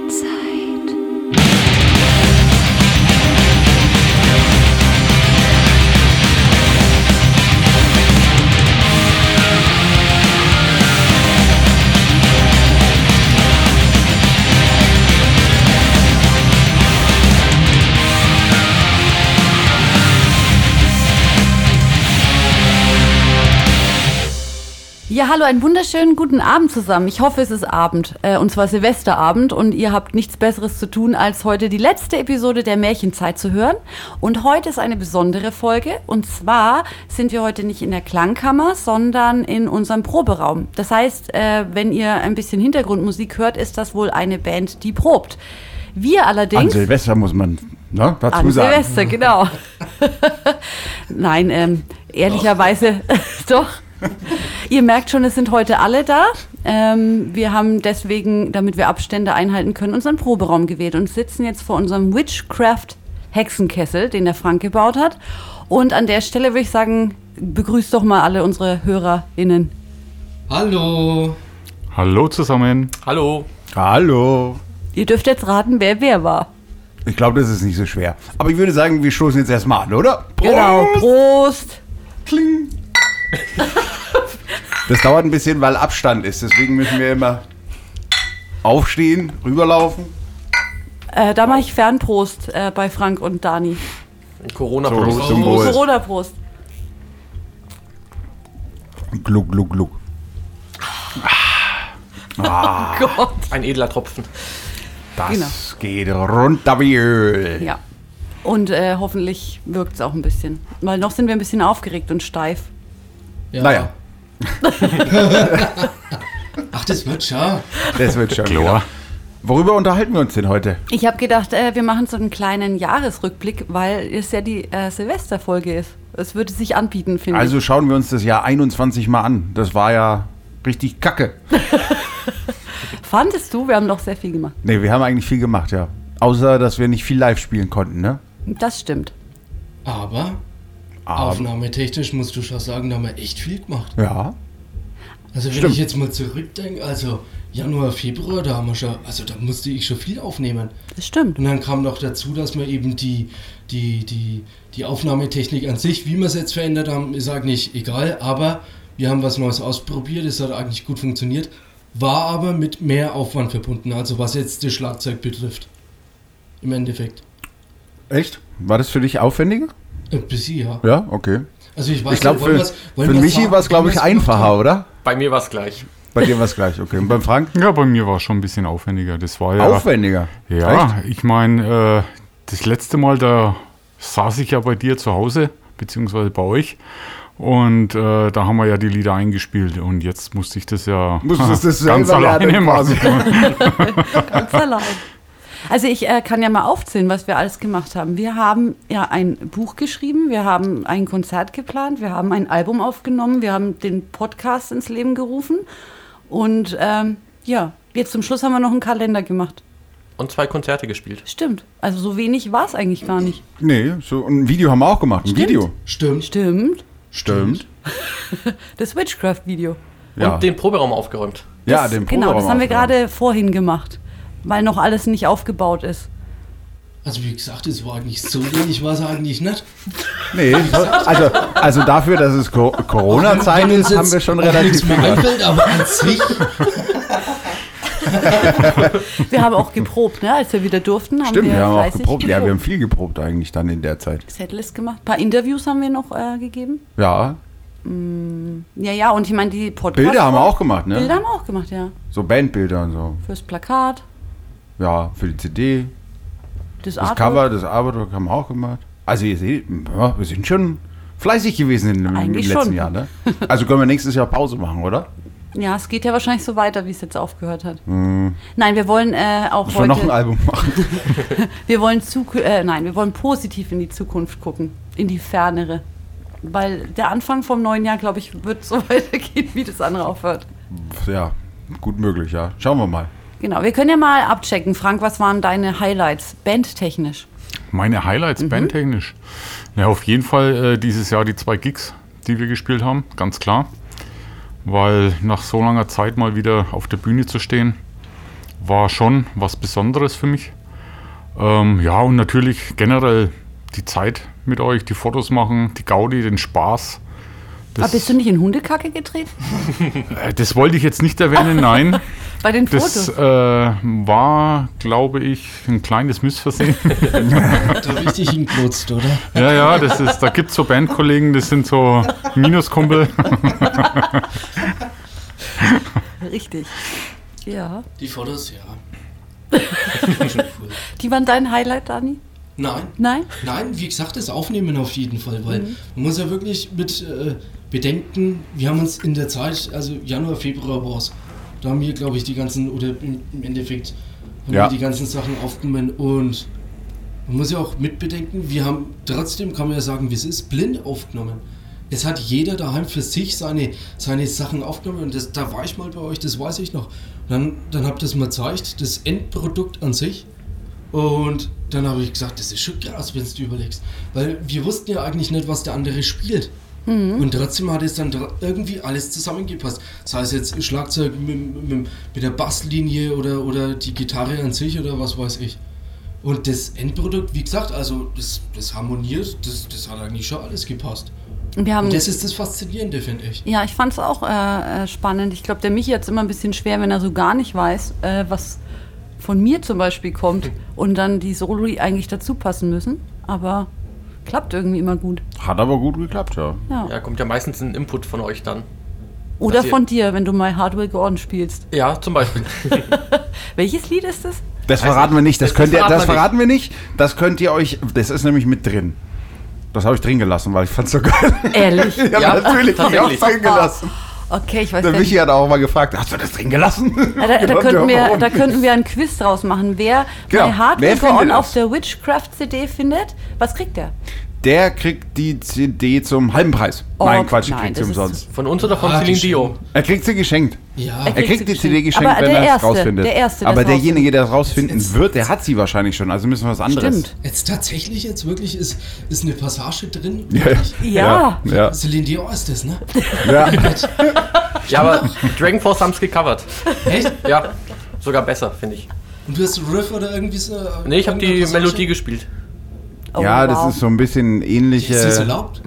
Ja, hallo, einen wunderschönen guten Abend zusammen. Ich hoffe, es ist Abend, und zwar Silvesterabend, und ihr habt nichts Besseres zu tun, als heute die letzte Episode der Märchenzeit zu hören. Und heute ist eine besondere Folge, und zwar sind wir heute nicht in der Klangkammer, sondern in unserem Proberaum. Das heißt, wenn ihr ein bisschen Hintergrundmusik hört, ist das wohl eine Band, die probt. Wir allerdings... An Silvester muss man dazu sagen. An Silvester, genau. Nein, ehrlicherweise doch. Ihr merkt schon, es sind heute alle da. Wir haben deswegen, damit wir Abstände einhalten können, unseren Proberaum gewählt und sitzen jetzt vor unserem Witchcraft-Hexenkessel, den der Frank gebaut hat. Und an der Stelle würde ich sagen, begrüßt doch mal alle unsere HörerInnen. Hallo. Hallo zusammen. Hallo. Hallo. Ihr dürft jetzt raten, wer war. Ich glaube, das ist nicht so schwer. Aber ich würde sagen, wir stoßen jetzt erstmal an, oder? Prost. Genau, Prost. Kling. Das dauert ein bisschen, weil Abstand ist. Deswegen müssen wir immer aufstehen, rüberlaufen. Da mache ich Fernprost bei Frank und Dani. Corona-Prost. So, Corona-Prost. Gluck, gluck, gluck. Oh Gott. Ein edler Tropfen. Das geht runter wie Öl. Ja. Und hoffentlich wirkt es auch ein bisschen. Weil noch sind wir ein bisschen aufgeregt und steif. Ja. Naja. Ach, das wird schon. Das wird schon. Klar. Genau. Worüber unterhalten wir uns denn heute? Ich habe gedacht, wir machen so einen kleinen Jahresrückblick, weil es ja die Silvesterfolge ist. Es würde sich anbieten, finde ich. Also schauen wir uns das Jahr 21 mal an. Das war ja richtig kacke. Fandest du? Wir haben doch sehr viel gemacht. Nee, wir haben eigentlich viel gemacht, ja. Außer, dass wir nicht viel live spielen konnten, ne? Das stimmt. Aber aufnahmetechnisch musst du schon sagen, da haben wir echt viel gemacht. Ja. Also wenn ich jetzt mal zurückdenke, also Januar, Februar, da haben wir schon, also da musste ich schon viel aufnehmen. Das stimmt. Und dann kam noch dazu, dass wir eben die Aufnahmetechnik an sich, wie wir es jetzt verändert haben, ist eigentlich egal, aber wir haben was Neues ausprobiert, es hat eigentlich gut funktioniert, war aber mit mehr Aufwand verbunden, also was jetzt das Schlagzeug betrifft. Im Endeffekt. Echt? War das für dich aufwendiger? Ein bisschen, ja. Ja, okay. Also ich weiß Ich glaube, nicht, für Michi war es, glaube ich, einfacher, oder? Bei mir war es gleich. Bei dir war es gleich, okay. Und beim Frank? Ja, bei mir war es schon ein bisschen aufwendiger. Das war ja aufwendiger? Ja, echt? Ich meine, das letzte Mal, da saß ich ja bei dir zu Hause, beziehungsweise bei euch. Und da haben wir ja die Lieder eingespielt. Und jetzt musste ich das ja ganz alleine machen. Ganz allein. Also ich kann ja mal aufzählen, was wir alles gemacht haben. Wir haben ja ein Buch geschrieben, wir haben ein Konzert geplant, wir haben ein Album aufgenommen, wir haben den Podcast ins Leben gerufen und jetzt zum Schluss haben wir noch einen Kalender gemacht. Und 2 Konzerte gespielt. Stimmt, also so wenig war es eigentlich gar nicht. Nee, so ein Video haben wir auch gemacht, ein Video. Stimmt. Das Witchcraft-Video. Ja. Und den Proberaum aufgeräumt. Ja, den Proberaum. Genau, das haben wir gerade vorhin gemacht. Weil noch alles nicht aufgebaut ist. Also wie gesagt, es war eigentlich so wenig, war es eigentlich nicht. Nee, also dafür, dass es Corona-Zeit ist, haben wir schon relativ viel gemacht. Aber an sich... Wir haben auch geprobt, ne? Als wir wieder durften. Stimmt, wir haben auch geprobt. Ja, wir haben viel geprobt eigentlich dann in der Zeit. Setlist gemacht. Ein paar Interviews haben wir noch gegeben. Ja. Ja, und ich meine, die Podcasts... Bilder haben wir auch gemacht, ne? Bilder haben wir auch gemacht, ja. So Bandbilder und so. Fürs Plakat. Ja, für die CD. Das Cover, das Artwork haben wir auch gemacht. Also ihr seht, ja, wir sind schon fleißig gewesen im letzten Jahr, ne? Also können wir nächstes Jahr Pause machen, oder? Ja, es geht ja wahrscheinlich so weiter, wie es jetzt aufgehört hat. Nein, wir wollen auch heute... noch ein Album machen. wir wollen positiv in die Zukunft gucken. In die Fernere. Weil der Anfang vom neuen Jahr, glaube ich, wird so weitergehen, wie das andere aufhört. Ja, gut möglich, ja. Schauen wir mal. Genau, wir können ja mal abchecken. Frank, was waren deine Highlights, bandtechnisch? Meine Highlights, bandtechnisch? Ja, auf jeden Fall dieses Jahr die 2 Gigs, die wir gespielt haben, ganz klar. Weil nach so langer Zeit mal wieder auf der Bühne zu stehen, war schon was Besonderes für mich. Ja, und natürlich generell die Zeit mit euch, die Fotos machen, die Gaudi, den Spaß. Aber bist du nicht in Hundekacke getreten? Das wollte ich jetzt nicht erwähnen, nein. Bei den Fotos? Das war, glaube ich, ein kleines Missversehen. Da richtig hinklotzt, oder? Ja, da gibt es so Bandkollegen, das sind so Minuskumpel. Richtig, ja. Die Fotos, ja. Schon cool. Die waren dein Highlight, Dani? Nein. Nein? Nein, wie gesagt, das Aufnehmen auf jeden Fall, weil man muss ja wirklich mit bedenken, wir haben uns in der Zeit, also Januar, Februar war es, da haben wir, glaube ich, die ganzen, oder im Endeffekt haben wir die ganzen Sachen aufgenommen und man muss ja auch mitbedenken, wir haben trotzdem, kann man ja sagen, wie es ist, blind aufgenommen. Es hat jeder daheim für sich seine Sachen aufgenommen und da war ich mal bei euch, das weiß ich noch. Dann habt ihr es mir gezeigt, das Endprodukt an sich. Und dann habe ich gesagt, das ist schon krass, wenn du überlegst. Weil wir wussten ja eigentlich nicht, was der andere spielt. Und trotzdem hat es dann irgendwie alles zusammengepasst. Das heißt jetzt Schlagzeug mit der Basslinie oder die Gitarre an sich oder was weiß ich. Und das Endprodukt, wie gesagt, also das harmoniert, das hat eigentlich schon alles gepasst. Und das ist das Faszinierende, finde ich. Ja, ich fand es auch spannend. Ich glaube, der Michi hat es immer ein bisschen schwer, wenn er so gar nicht weiß, was von mir zum Beispiel kommt und dann die Soli eigentlich dazu passen müssen. Aber klappt irgendwie immer gut. Hat aber gut geklappt, ja. Ja, kommt ja meistens ein Input von euch dann. Oder von dir, wenn du mal Hardware Gordon spielst. Ja, zum Beispiel. Welches Lied ist das? Das verraten wir nicht. Das verraten wir nicht. Das könnt ihr euch. Das ist nämlich mit drin. Das habe ich drin gelassen, weil ich fand's so geil. Ehrlich? Ja, natürlich. Ich habe es drin gelassen. Okay, ich weiß Der gar Michi nicht. hat auch mal gefragt, hast du das drin gelassen? Da könnten wir ein Quiz draus machen. Wer bei Hardware Gordon auf der Witchcraft-CD findet, was kriegt der? Der kriegt die CD zum halben Preis. Nein, Quatsch, kriegt sie umsonst. Von uns oder von Celine Dion? Er kriegt sie geschenkt. Ja. Er kriegt die CD geschenkt, Aber wenn der er es Erste, rausfindet. der Erste, aber der es derjenige, der es rausfinden wird, der hat sie wahrscheinlich schon. Also müssen wir was anderes. Stimmt. Jetzt tatsächlich, wirklich ist eine Passage drin. Ja. Ja. Celine Dion ist das, ne? Ja. Ja, aber Dragon Force haben es gecovert. Echt? Ja, sogar besser, finde ich. Und du hast Riff oder irgendwie so? Nee, ich habe die Passage? Melodie gespielt. Oh, Ja, wow. das ist so ein bisschen ähnliche. Ist das erlaubt?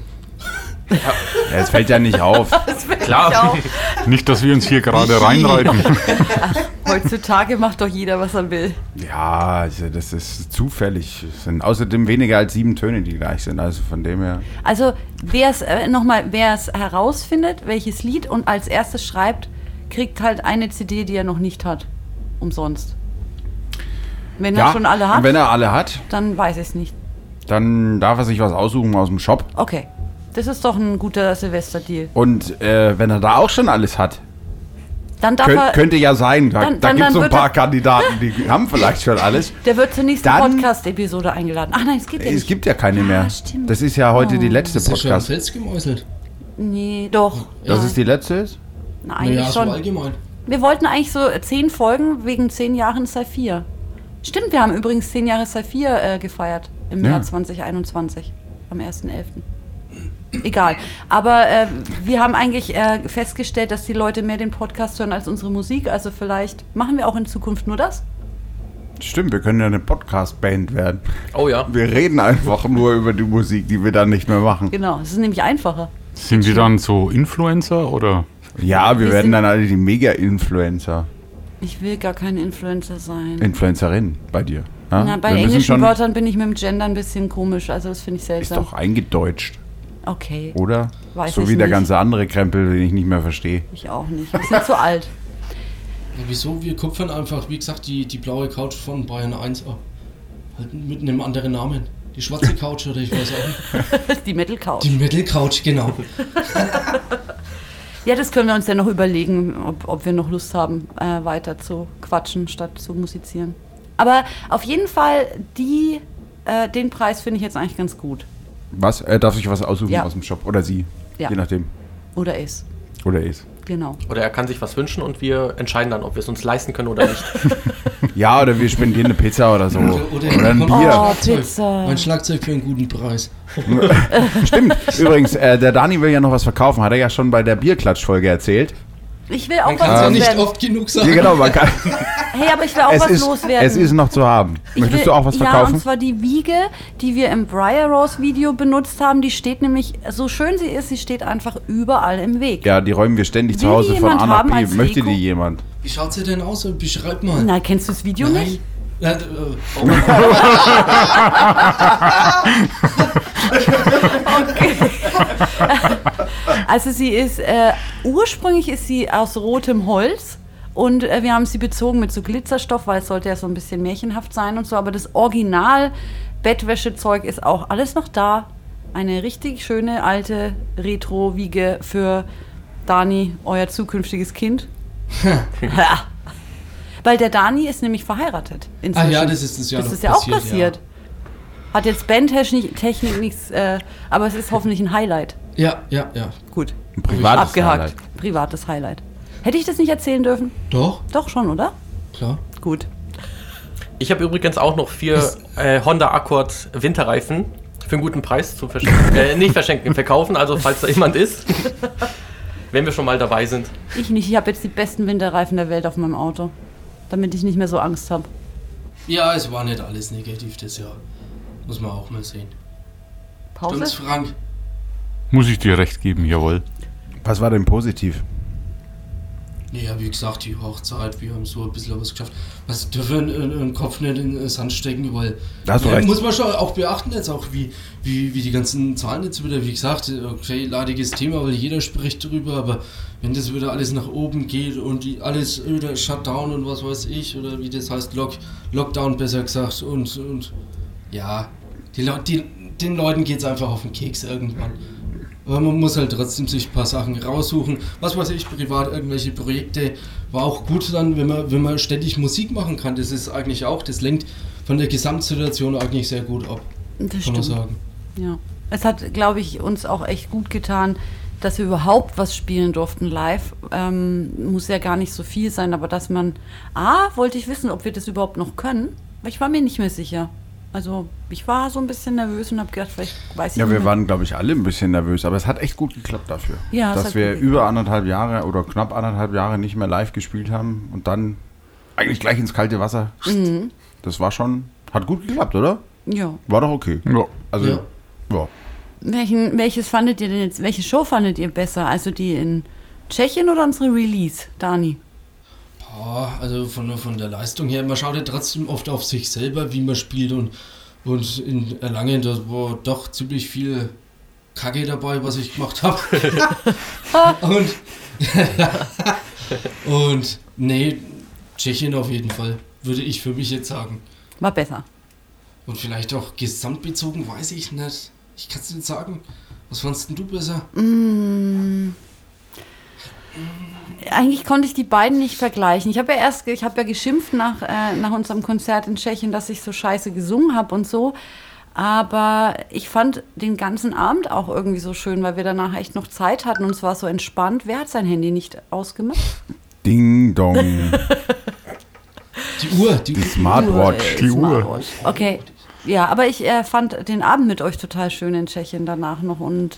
Ja, es fällt ja nicht auf. Klar. Nicht, dass wir uns hier gerade reinreiten. Heutzutage macht doch jeder, was er will. Ja, also das ist zufällig. Es sind außerdem weniger als 7 Töne, die gleich sind. Also von dem her. Also wer es herausfindet, welches Lied und als erstes schreibt, kriegt halt eine CD, die er noch nicht hat. Umsonst. Wenn er schon alle hat, wenn er alle hat, dann weiß ich es nicht. dann darf er sich was aussuchen aus dem Shop. Okay, das ist doch ein guter Silvester-Deal. Und wenn er da auch schon alles hat, Dann darf er, könnte ja sein, da dann gibt es so ein wird paar er- Kandidaten, die haben vielleicht schon alles. der wird zur nächsten Dann- Podcast-Episode eingeladen. Ach nein, es geht ja Es nicht. gibt ja keine mehr. stimmt. Das ist ja heute die letzte Ist das schon am Podcast. Fels gemeißelt? Nee, doch. Dass Nein. es die letzte ist? Na, eigentlich Naja, so schon. allgemein. Wir wollten eigentlich so 10 Folgen wegen 10 Jahren Saphir. Stimmt, wir haben übrigens 10 Jahre Saphir gefeiert im Ja. Jahr 2021, am 1.11. Egal. Aber wir haben eigentlich festgestellt, dass die Leute mehr den Podcast hören als unsere Musik. Also vielleicht machen wir auch in Zukunft nur das. Stimmt, wir können ja eine Podcast-Band werden. Oh ja. Wir reden einfach nur über die Musik, die wir dann nicht mehr machen. Genau, es ist nämlich einfacher. Sind wir dann so Influencer oder? Ja, wir Wir werden sind- dann alle die Mega-Influencer. Ich will gar kein Influencer sein. Influencerin bei dir. Ja? Na, bei Wir müssen englischen schon- Wörtern bin ich mit dem Gender ein bisschen komisch. Also das finde ich Ist seltsam. doch eingedeutscht, Okay, oder? Weiß so ich wie der nicht. ganze andere Krempel, den ich nicht mehr verstehe. ich auch nicht. Wir sind zu alt. Ja, wieso? Wir kupfern einfach, wie gesagt, die blaue Couch von Bayern 1 ab. Halt mit einem anderen Namen. Die schwarze Couch oder ich weiß auch nicht. Die Metal Couch. Die Metal Couch, genau. Ja, das können wir uns ja noch überlegen, ob wir noch Lust haben, weiter zu quatschen, statt zu musizieren. Aber auf jeden Fall, den Preis finde ich jetzt eigentlich ganz gut. Was? Er darf sich was aussuchen Ja. aus dem Shop. Oder sie. Ja. Je nachdem. Oder ist. Oder ist. Genau. Oder er kann sich was wünschen und wir entscheiden dann, ob wir es uns leisten können oder nicht. Ja, oder wir spendieren eine Pizza oder so. Oder ein kommt Bier. Oh, ein Schlagzeug. Pizza. Ein Schlagzeug für einen guten Preis. Stimmt. Übrigens, der Dani will ja noch was verkaufen. Hat er ja schon bei der Bierklatsch-Folge erzählt. Ich will auch Man kann was es ja nicht loswerden. oft genug sagen. Ja, genau, man kann. Hey, aber ich will auch was loswerden. Es ist noch zu haben. Möchtest du auch was verkaufen? Ja, und zwar die Wiege, die wir im Briar Rose Video benutzt haben, die steht nämlich, so schön sie ist, sie steht einfach überall im Weg. Ja, die räumen wir ständig zu Hause von A nach B. Möchte die jemand? Wie schaut sie denn aus? Beschreib mal. Na, kennst du das Video nicht? Okay. Also sie ist, ursprünglich ist sie aus rotem Holz und wir haben sie bezogen mit so Glitzerstoff, weil es sollte ja so ein bisschen märchenhaft sein und so, aber das Original Bettwäschezeug ist auch alles noch da. Eine richtig schöne alte Retro-Wiege für Dani, euer zukünftiges Kind. Weil der Dani ist nämlich verheiratet. Inzwischen. Ah ja, das ist ja auch passiert. Ja. Hat jetzt Bandtechnik nichts, aber es ist hoffentlich ein Highlight. Ja. Gut. Ein privates Abgehakt. Highlight. Privates Highlight. Hätte ich das nicht erzählen dürfen? Doch. Doch schon, oder? Klar. Gut. Ich habe übrigens auch noch 4 Honda Accord Winterreifen für einen guten Preis zu verschenken. Nicht verschenken, verkaufen, also falls da jemand ist. Wenn wir schon mal dabei sind. Ich nicht, ich habe jetzt die besten Winterreifen der Welt auf meinem Auto. Damit ich nicht mehr so Angst habe. Ja, es war nicht alles negativ das Jahr. Muss man auch mal sehen. Pause? Stimmt's, Frank? Muss ich dir recht geben, jawohl. Was war denn positiv? Ja, wie gesagt, die Hochzeit, wir haben so ein bisschen was geschafft. Was dürfen wir einen Kopf nicht in den Sand stecken, weil muss man schon auch beachten jetzt auch, wie die ganzen Zahlen jetzt wieder, wie gesagt, okay, leidiges Thema, weil jeder spricht drüber, aber wenn das wieder alles nach oben geht und alles wieder Shutdown und was weiß ich, oder wie das heißt, Lockdown besser gesagt und ja, den Leuten geht's einfach auf den Keks irgendwann. Aber man muss halt trotzdem sich ein paar Sachen raussuchen. Was weiß ich, privat, irgendwelche Projekte. War auch gut dann, wenn man ständig Musik machen kann. Das ist eigentlich auch, das lenkt von der Gesamtsituation eigentlich sehr gut ab. Das kann man stimmt. sagen. Ja. Es hat, glaube ich, uns auch echt gut getan, dass wir überhaupt was spielen durften live. Muss ja gar nicht so viel sein, aber dass man... wollte ich wissen, ob wir das überhaupt noch können. Weil ich war mir nicht mehr sicher. Also ich war so ein bisschen nervös und habe gedacht, vielleicht weiß ich nicht. Ja, wir waren, glaube ich, alle ein bisschen nervös, aber es hat echt gut geklappt dafür. Ja, dass wir über 1,5 Jahre oder knapp 1,5 Jahre nicht mehr live gespielt haben und dann eigentlich gleich ins kalte Wasser. Mhm. Das war schon, hat gut geklappt, oder? Ja. War doch okay. Ja. Also, ja. Welches fandet ihr denn jetzt, welche Show fandet ihr besser? Also die in Tschechien oder unsere Release, Dani? Also von der Leistung her, man schaut ja trotzdem oft auf sich selber, wie man spielt und in Erlangen, da war doch ziemlich viel Kacke dabei, was ich gemacht habe. und nee, Tschechien auf jeden Fall, würde ich für mich jetzt sagen. War besser. Und vielleicht auch gesamtbezogen, weiß ich nicht. Ich kann es nicht sagen. Was fandst denn du besser? Eigentlich konnte ich die beiden nicht vergleichen. Ich habe ja geschimpft nach unserem Konzert in Tschechien, dass ich so scheiße gesungen habe und so. Aber ich fand den ganzen Abend auch irgendwie so schön, weil wir danach echt noch Zeit hatten und es war so entspannt. Wer hat sein Handy nicht ausgemacht? Ding dong. Die Smartwatch. Die Uhr. Okay. Ja, aber ich fand den Abend mit euch total schön in Tschechien danach noch und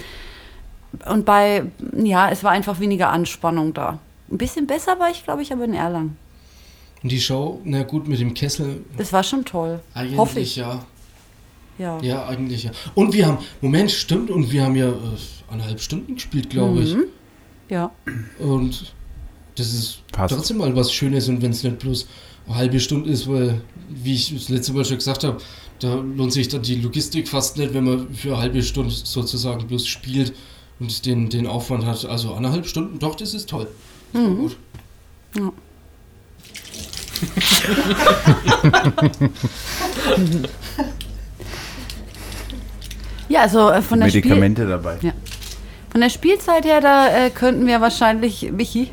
es war einfach weniger Anspannung da. Ein bisschen besser war ich, glaube ich, aber in Erlangen. Und die Show, na gut, mit dem Kessel. Das war schon toll. Eigentlich hoffe ich. Ja. Ja, eigentlich ja. Und wir haben, und wir haben ja 1,5 Stunden gespielt, glaube ich. Ja. Und das ist Passt. trotzdem mal was Schönes und wenn es nicht bloß eine halbe Stunde ist, weil, wie ich das letzte Mal schon gesagt habe, da lohnt sich dann die Logistik fast nicht, wenn man für eine halbe Stunde sozusagen bloß spielt und den Aufwand hat. Also 1,5 Stunden, doch, das ist toll. Das war gut. Ja. Ja, also von der Medikamente dabei. Ja. Von der Spielzeit her, da könnten wir wahrscheinlich, Michi,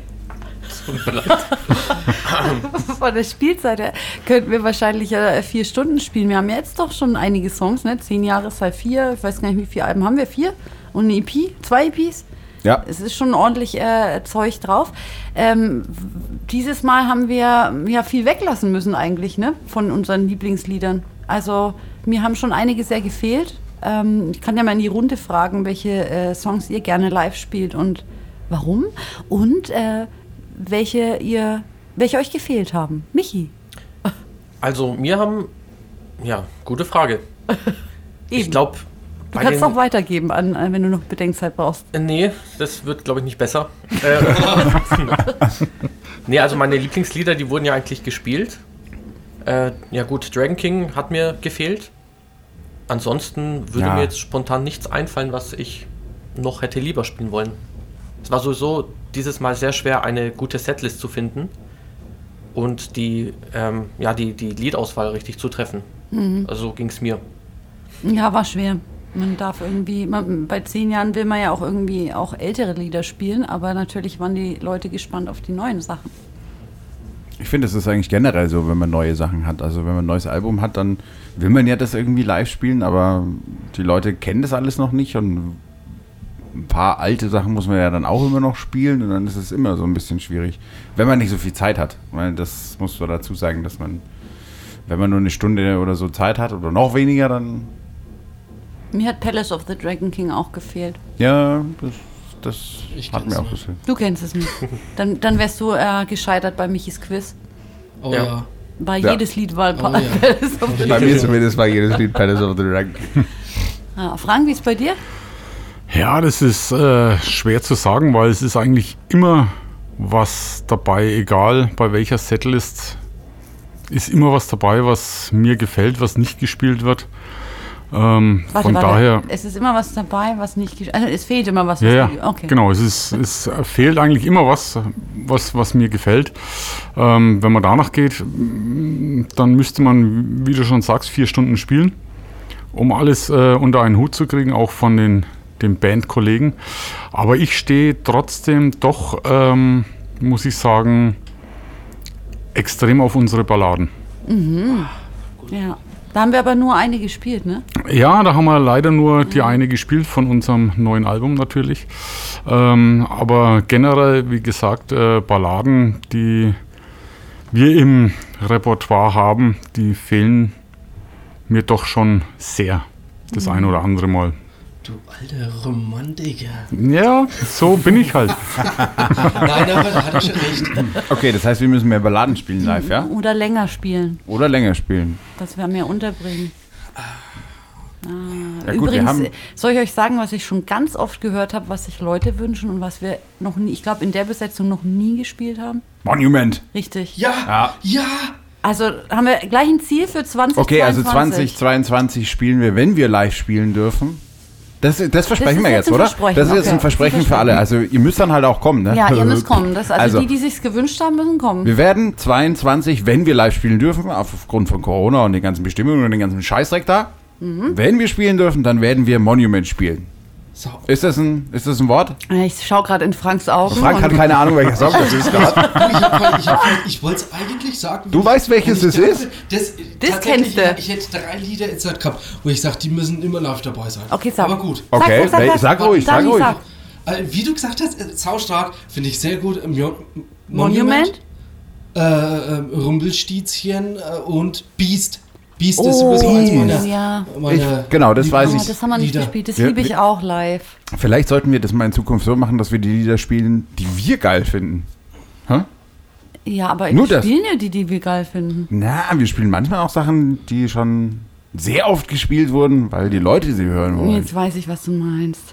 von der Spielzeit her könnten wir wahrscheinlich 4 Stunden spielen. Wir haben ja jetzt doch schon einige Songs, ne? 10 Jahre Zahl 4, ich weiß gar nicht, wie viele Alben haben wir? 4? Und eine EP? 2 EPs? Ja. Es ist schon ordentlich Zeug drauf. Dieses Mal haben wir ja viel weglassen müssen eigentlich, ne? Von unseren Lieblingsliedern. Also mir haben schon einige sehr gefehlt. Ich kann ja mal in die Runde fragen, welche Songs ihr gerne live spielt und warum. Und welche ihr welche euch gefehlt haben. Michi. Also mir haben, ja, gute Frage. Ich glaube... Du kannst auch weitergeben, wenn du noch Bedenkzeit brauchst. Nee, das wird, glaube ich, nicht besser. Nee, also meine Lieblingslieder, die wurden ja eigentlich gespielt. Ja gut, Dragon King hat mir gefehlt. Ansonsten würde mir jetzt spontan nichts einfallen, was ich noch hätte lieber spielen wollen. Es war sowieso dieses Mal sehr schwer, eine gute Setlist zu finden und die Liedauswahl richtig zu treffen. Also so ging es mir. Ja, war schwer. Man darf irgendwie, bei 10 Jahren will man ja auch irgendwie auch ältere Lieder spielen, aber natürlich waren die Leute gespannt auf die neuen Sachen. Ich finde, es ist eigentlich generell so, wenn man neue Sachen hat. Also wenn man ein neues Album hat, dann will man ja das irgendwie live spielen, aber die Leute kennen das alles noch nicht und ein paar alte Sachen muss man ja dann auch immer noch spielen und dann ist es immer so ein bisschen schwierig, wenn man nicht so viel Zeit hat. Weil das muss man dazu sagen, dass man, wenn man nur eine Stunde oder so Zeit hat oder noch weniger, dann... Mir hat Palace of the Dragon King auch gefehlt. Ja, das hat mir auch gefehlt. Du kennst es nicht. Dann wärst du gescheitert bei Michis Quiz. Oh ja. War jedes Lied Palace of the Dragon King. Bei mir zumindest war jedes Lied Palace of the Dragon King. Frank, wie ist es bei dir? Ja, das ist schwer zu sagen, weil es ist eigentlich immer was dabei, egal bei welcher Setlist, ist immer was dabei, was mir gefällt, was nicht gespielt wird. Von daher. Es ist immer was dabei, was nicht gespielt wird. Also es fehlt immer was. Ja, okay. Genau. Es fehlt eigentlich immer was mir gefällt. Wenn man danach geht, dann müsste man, wie du schon sagst, 4 Stunden spielen, um alles unter einen Hut zu kriegen, auch von den Bandkollegen. Aber ich stehe trotzdem doch, muss ich sagen, extrem auf unsere Balladen. Mhm. Ja. Da haben wir aber nur eine gespielt, ne? Ja, da haben wir leider nur die eine gespielt, von unserem neuen Album natürlich. Aber generell, wie gesagt, Balladen, die wir im Repertoire haben, die fehlen mir doch schon sehr, das ein oder andere Mal. Du alter Romantiker. Ja, so bin ich halt. Nein, aber da hat er schon recht. Okay, das heißt, wir müssen mehr Balladen spielen live, ja? Oder länger spielen. Dass wir mehr unterbringen. Ja, gut, übrigens, soll ich euch sagen, was ich schon ganz oft gehört habe, was sich Leute wünschen und was wir noch nie, ich glaube in der Besetzung noch nie gespielt haben? Monument. Richtig. Ja. Also haben wir gleich ein Ziel für 2022. Okay, also 2022 spielen wir, wenn wir live spielen dürfen. Das versprechen wir jetzt, oder? Das ist jetzt ein Versprechen für alle. Also ihr müsst dann halt auch kommen, ne? Ja, ihr müsst kommen. Also die sich's gewünscht haben, müssen kommen. Wir werden 22, wenn wir live spielen dürfen, aufgrund von Corona und den ganzen Bestimmungen und den ganzen Scheißdreck da, wenn wir spielen dürfen, dann werden wir Monument spielen. So. Ist das ein Wort? Ich schaue gerade in Franks Augen. Frank hat keine Ahnung, welcher Song das ist gerade. Ich wollte es eigentlich sagen. Du weißt, welches es ist? Das kennst du. Ich hätte 3 Lieder jetzt gehabt, wo ich sage, die müssen immer live dabei sein. Okay, sag. Aber gut. Okay, sag ruhig. Wie du gesagt hast, saustark, finde ich sehr gut. Monument? Rumpelstilzchen und Beast. Beast ist sowieso eins meiner genau, das weiß ich. Das haben wir nicht gespielt, das liebe ich auch live. Vielleicht sollten wir das mal in Zukunft so machen, dass wir die Lieder spielen, die wir geil finden. Hä? Ja, aber wir spielen ja die wir geil finden. Na, wir spielen manchmal auch Sachen, die schon sehr oft gespielt wurden, weil die Leute sie hören wollen. Jetzt weiß ich, was du meinst.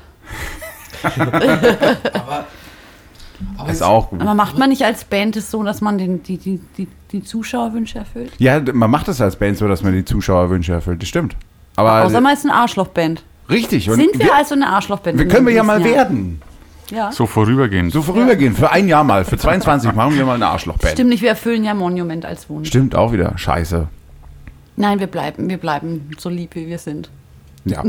aber ist auch gut. Aber macht man nicht als Band es so, dass man die Zuschauerwünsche erfüllt? Ja, man macht es als Band so, dass man die Zuschauerwünsche erfüllt, das stimmt. Aber außer man ist eine Arschlochband. Sind wir also eine Arschlochband? Wir können wir ja mal werden. Ja. So vorübergehend. Für ein Jahr mal. Für 22 machen wir mal eine Arschlochband. Stimmt nicht, wir erfüllen ja Monument als Wunsch. Stimmt auch wieder. Scheiße. Nein, wir bleiben so lieb, wie wir sind. Ja.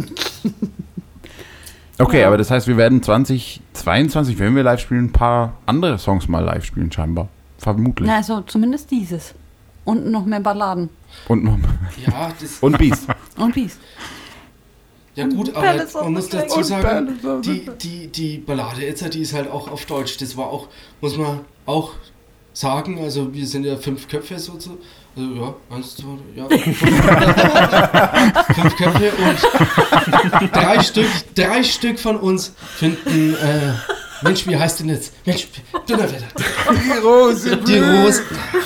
Okay, aber das heißt, wir werden 2022, wenn wir live spielen, ein paar andere Songs mal live spielen, scheinbar. Vermutlich. Na, also zumindest dieses. Und noch mehr Balladen. Und Beast. Und Beast. Ja gut, aber man muss dazu sagen, die Ballade jetzt, die ist halt auch auf Deutsch. Das war auch, muss man auch sagen, also wir sind ja 5 Köpfe sozusagen. Also ja, 1, 2, ja. 5 Köpfe und 3 Stück von uns finden, Mensch, wie heißt denn jetzt? Mensch, Donnerwetter. Die Rose Die Rose.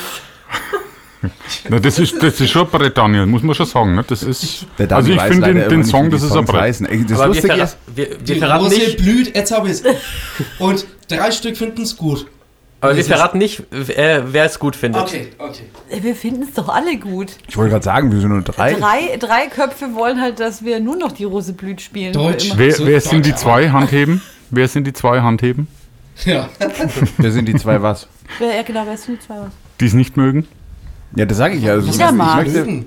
Na, das ist schon ein Brett, Daniel, muss man schon sagen. Ne? Das ist, Der also Daniel ich weiß finde leider immer den nicht, Song, wie die das ist ein Songs Brett. heißen. Ey, das Aber wir, Lustige ist, wir Die verraten Rose nicht, blüht, jetzt hab ich's. Und 3 Stück finden es gut. aber wir verraten nicht, wer es gut findet. Okay. Wir finden es doch alle gut. ich wollte gerade sagen, wir sind nur 3. Drei Köpfe wollen halt, dass wir nur noch die Rose blüht spielen. Deutsch. Immer. Wer sind die 2 Handheben? Wer sind die 2 Handheben? Ja. Wir sind die 2 was? Wer sind die zwei was? Die es nicht mögen? Ja, das sage ich ja. Also, Jeder mag.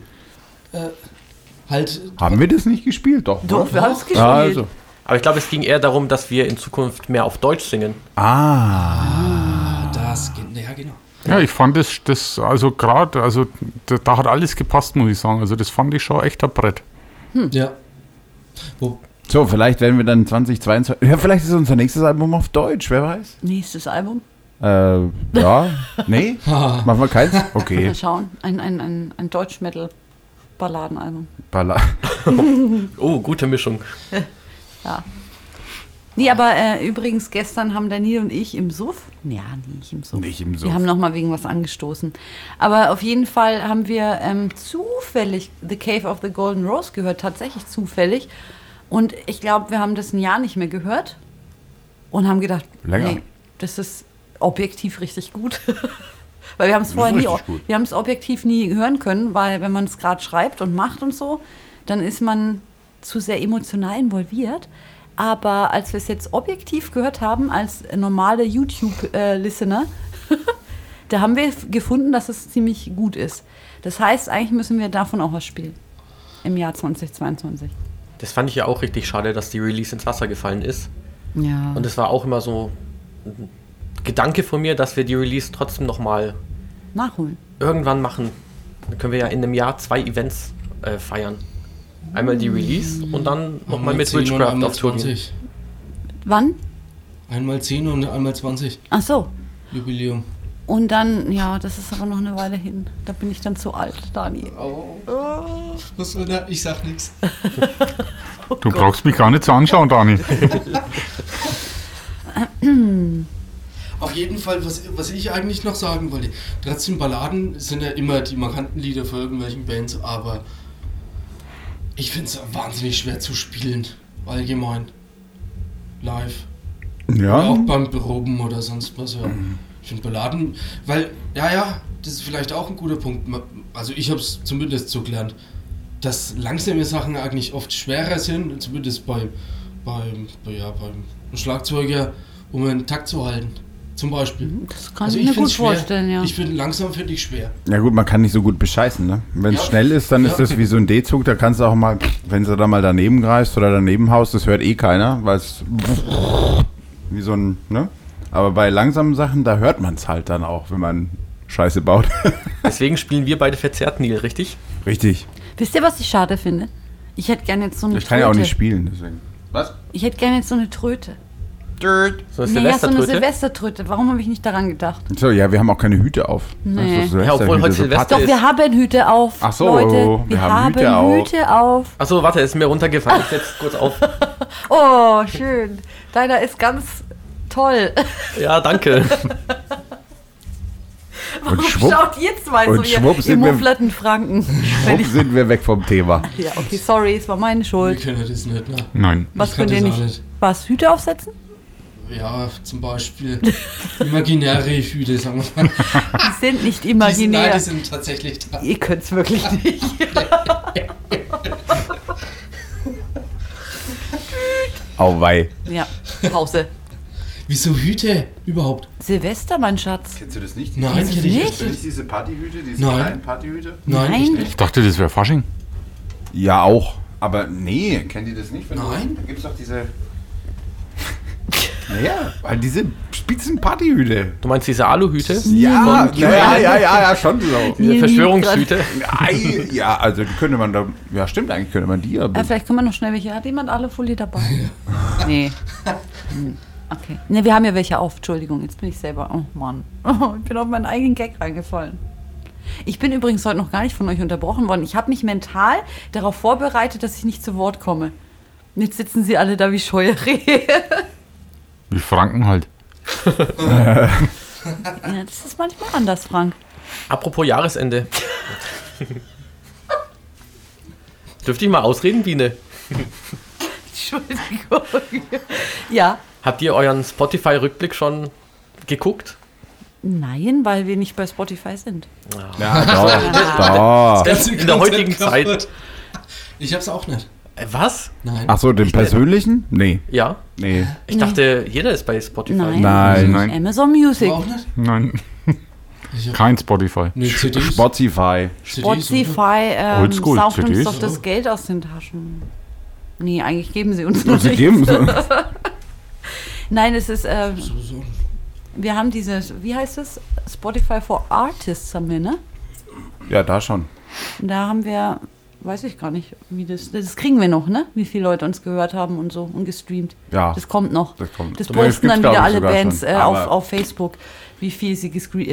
Halt. Haben wir das nicht gespielt? Doch. Doch, wir haben es gespielt. Ja, also. Aber ich glaube, es ging eher darum, dass wir in Zukunft mehr auf Deutsch singen. Das geht. Ja, genau. Ja, ich fand das also gerade, also da hat alles gepasst, muss ich sagen. Also das fand ich schon echt ein Brett. Ja. So, vielleicht werden wir dann 2022. Ja, vielleicht ist unser nächstes Album auf Deutsch, wer weiß? Nächstes Album. Ja. Nee? Machen wir keins? Okay. Mal schauen. Ein Deutsch-Metal-Balladenalbum. Oh, gute Mischung. Ja. Nee, aber übrigens, gestern haben Daniel und ich im Suff. Ja, nicht im Suff. Nicht im Suff. Wir haben nochmal wegen was angestoßen. Aber auf jeden Fall haben wir zufällig The Cave of the Golden Rose gehört. Tatsächlich zufällig. Und ich glaube, wir haben das ein Jahr nicht mehr gehört. Und haben gedacht, Länger. nee, das ist objektiv richtig gut. Weil wir haben es vorher nie, richtig gut. wir haben es objektiv nie hören können, weil wenn man es gerade schreibt und macht und so, dann ist man zu sehr emotional involviert. Aber als wir es jetzt objektiv gehört haben, als normale YouTube-Listener, da haben wir gefunden, dass es ziemlich gut ist. Das heißt, eigentlich müssen wir davon auch was spielen im Jahr 2022. Das fand ich ja auch richtig schade, dass die Release ins Wasser gefallen ist. Ja. Und es war auch immer so ein Gedanke von mir, dass wir die Release trotzdem nochmal Nachholen. irgendwann machen. Dann können wir ja in einem Jahr 2 Events feiern. Einmal die Release und dann nochmal mit 10 und Witchcraft einmal auf Tour gehen. 20. Wann? Einmal 10 und einmal 20. Ach so. Jubiläum. Und dann, ja, das ist aber noch eine Weile hin. Da bin ich dann zu alt, Dani. Was soll da? Ich sag nichts. Du brauchst mich gar nicht zu anschauen, Dani. Auf jeden Fall, was ich eigentlich noch sagen wollte, trotzdem Balladen sind ja immer die markanten Lieder von irgendwelchen Bands, aber ich finde es wahnsinnig schwer zu spielen, allgemein, live. Ja. Auch beim Proben oder sonst was. Ja. Ich finde Balladen, weil, ja, das ist vielleicht auch ein guter Punkt, also ich habe es zumindest so gelernt, dass langsame Sachen eigentlich oft schwerer sind, zumindest beim Schlagzeuger, um einen Takt zu halten. Zum Beispiel. Das kann Also ich mir find's gut vorstellen, ja. Ich finde langsam finde ich schwer. Ja gut, man kann nicht so gut bescheißen, ne? Wenn es Ja. schnell ist, dann ist das wie so ein D-Zug, da kannst du auch mal, wenn du da mal daneben greifst oder daneben haust, das hört eh keiner, weil es wie so ein, ne? Aber bei langsamen Sachen, da hört man es halt dann auch, wenn man Scheiße baut. Deswegen spielen wir beide verzerrt, Neil, richtig? Richtig. Wisst ihr, was ich schade finde? Ich hätte gerne jetzt so eine Ich kann ja auch nicht spielen, deswegen. Was? Ich hätte gerne jetzt so eine Tröte. So eine Naja, so eine Silvestertröte. Silvestertröte. Warum habe ich nicht daran gedacht? So, ja, wir haben auch keine Hüte auf. Nee. Das ist so Ja, obwohl heute so Silvester Doch, ist. wir haben Hüte auf. Ach so, Leute, wir wir haben haben Hüte auf. Hüte auf. Achso, warte, ist mir runtergefallen. Ich setze kurz auf. Oh, schön. Deiner ist ganz toll. Ja, danke. Warum schwupp- schaut ihr zwei und so hier schwupp im sind wir- mufflerten Franken? Schwupp sind wir weg vom Thema. Ja, okay, sorry, es war meine Wir Schuld. können das nicht, ne? Nein. Was Ich kann könnt ihr das auch nicht? Was, Hüte aufsetzen? Ja, zum Beispiel imaginäre Hüte, sagen wir mal. Die sind nicht Nein, imaginär. die sind tatsächlich da. Ihr könnt es wirklich nicht. Auweih. Ja, Pause. Wieso Hüte überhaupt? Silvester, mein Schatz. Kennst du das nicht? Nein, Kennst du kenn ich nicht? nicht. diese Partyhüte, diese Nein. kleinen Partyhüte? Nein, Nein. ich nicht. Ich dachte, das wäre Fasching. Ja, auch. Aber nee, kennt ihr das nicht? Nein. Da gibt es doch diese... Naja, weil diese Spitzenpartyhüte. Du meinst diese Aluhüte? Ja, Von ja, schon so. Diese Verschwörungshüte? Ei, ja, also die könnte man da... Ja, stimmt, eigentlich könnte man die, aber... Vielleicht können wir noch schnell welche. Hat jemand Alufolie dabei? Nee. Okay. Ne, wir haben ja welche auf. Entschuldigung, jetzt bin ich selber. Oh Mann. Ich bin auf meinen eigenen Gag reingefallen. Ich bin übrigens heute noch gar nicht von euch unterbrochen worden. Ich habe mich mental darauf vorbereitet, dass ich nicht zu Wort komme. Und jetzt sitzen sie alle da wie scheue Rehe. Wie Franken halt. Ja, das ist manchmal anders, Frank. Apropos Jahresende. Dürfte ich mal ausreden, Biene? Entschuldigung. Ja. Habt ihr euren Spotify-Rückblick schon geguckt? Nein, weil wir nicht bei Spotify sind. Ja, doch. Ganze In der heutigen Konzept Zeit. kaputt. Ich hab's auch nicht. Was? Nein. Ach so, den persönlichen? Nee. Ja. Nee. Ich dachte, jeder ist bei Spotify. Nein. Nein. Amazon Music. Du auch nicht? Nein, Ich hab kein Spotify. nee, CDs. Spotify. Spotify Oldschool, saugt uns CDs. doch das Geld aus den Taschen. Nee, eigentlich geben sie uns Und noch sie nicht. geben so. Nein, es ist, So. wir haben dieses, wie heißt es? Spotify for Artists haben wir, ne? Ja, da schon. Und da haben wir, weiß ich gar nicht, wie das kriegen wir noch, ne? Wie viele Leute uns gehört haben und so und gestreamt. Ja. Das kommt noch. Das kommt. Das Das posten gibt's, dann glaub wieder ich, alle sogar Bands schon. auf, Aber- auf Facebook, wie viel sie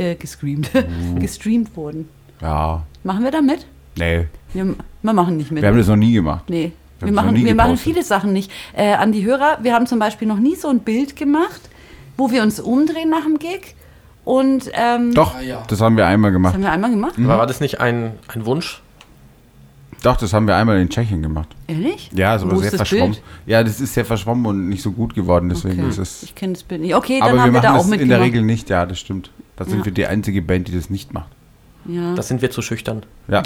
gestreamt wurden. Ja. Machen wir da mit? Nee. Wir machen nicht mit. Wir haben das noch nie gemacht. Nee. Wir Wir haben's noch machen, nie wir machen gepostet. viele Sachen nicht. An die Hörer, wir haben zum Beispiel noch nie so ein Bild gemacht, wo wir uns umdrehen nach dem Gig. Und Doch, Ah, ja. das haben wir einmal das gemacht. haben wir einmal gemacht. Aber war das nicht ein Wunsch? Doch, das haben wir einmal in Tschechien gemacht. Ehrlich? Ja, ist aber Wo sehr ist das verschwommen. Bild? Ja, das ist sehr verschwommen und nicht so gut geworden, deswegen Okay. ist es. Ich kenne das Bild nicht. Okay, dann Aber wir haben wir machen da auch das in mitgemacht. der Regel nicht, ja, das stimmt. Da sind Ja. wir die einzige Band, die das nicht macht. Ja. Da sind wir zu schüchtern. Ja.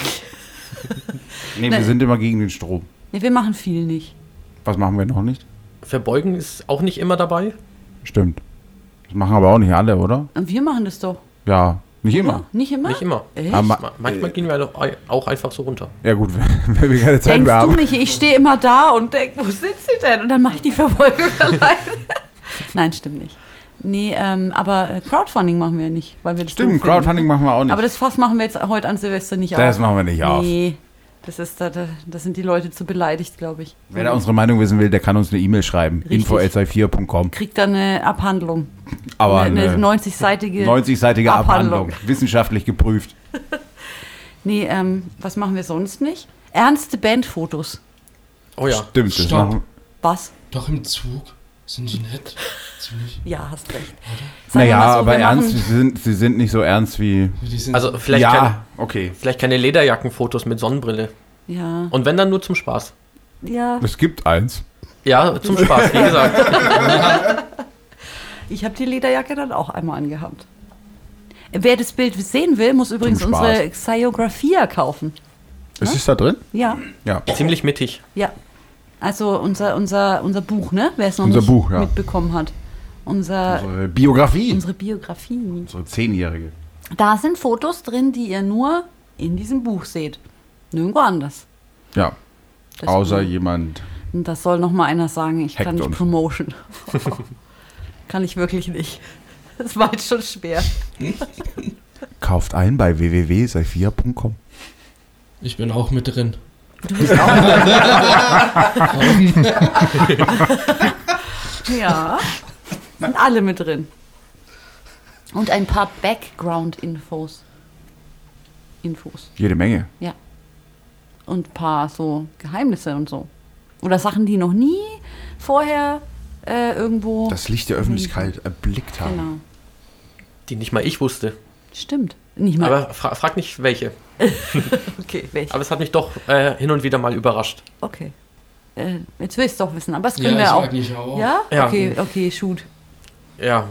Nee, wir sind immer gegen den Strom. Nee, wir machen viel nicht. Was machen wir noch nicht? Verbeugen ist auch nicht immer dabei. Stimmt. Das machen aber auch nicht alle, oder? Und wir machen das doch. Ja, nicht immer. Ja, nicht immer? Nicht immer. Echt? Aber Manchmal gehen wir auch einfach so runter. ja gut, wenn wir keine Zeit Denkst mehr du haben. nicht, ich stehe immer da und denke, wo sind sie denn? Und dann mache ich die Verbeugung alleine. Nein, stimmt nicht. Nee, aber Crowdfunding machen wir nicht, weil wir das Stimmt, doof finden. Crowdfunding machen wir auch nicht. Aber das Fass machen wir jetzt heute an Silvester nicht auf. Das machen wir nicht auf. Nee, das sind die Leute zu beleidigt, glaube ich. Wer da unsere Meinung wissen will, der kann uns eine E-Mail schreiben. Richtig. info@4.com. Kriegt dann eine Abhandlung. Aber eine eine 90-seitige 90-seitige Abhandlung. Abhandlung. Wissenschaftlich geprüft. Nee, was machen wir sonst nicht? Ernste Bandfotos. Oh ja. Stimmt, das Stopp. machen Was? Doch im Zug. Sind die nett? Ziemlich. Ja, hast recht. Sagen wir Naja, mal so, aber wir ernst, machen- sie sind nicht so ernst wie. Die sind Also vielleicht, Ja, okay. vielleicht keine Lederjackenfotos mit Sonnenbrille. Ja, Und wenn dann nur zum Spaß. ja. Es gibt eins. Ja, zum Spaß, wie gesagt. Ich habe die Lederjacke dann auch einmal angehabt. Wer das Bild sehen will, muss übrigens Spaß. unsere Xyographia kaufen. Ist es da drin? Ja, Ja. Ziemlich mittig. ja. Also unser Buch, ne? Wer es noch Unser nicht Buch, ja. mitbekommen hat. Unsere Biografie. Biografie. Unsere 10-Jährige. Da sind Fotos drin, die ihr nur in diesem Buch seht. Nirgendwo anders. Ja. Das- Außer jemand. Und das soll noch mal einer sagen, ich Hackt kann nicht uns. Promotion. Kann ich wirklich nicht. Das war jetzt schon schwer. Kauft ein bei www.sei4.com. Ich bin auch mit drin. Du bist auch. Ja. Sind alle mit drin. Und ein paar Background-Infos. Jede Menge. Ja. Und ein paar so Geheimnisse und so. Oder Sachen, die noch nie vorher irgendwo. Das Licht der Öffentlichkeit erblickt haben. Genau. Die nicht mal ich wusste. Stimmt. Nicht mal. Aber frag nicht welche. Okay, welche? Aber es hat mich doch hin und wieder mal überrascht. Okay. Jetzt will ich es doch wissen, aber das Ja, können ich wir auch. eigentlich auch. Ja? Ja. Okay, shoot. Ja.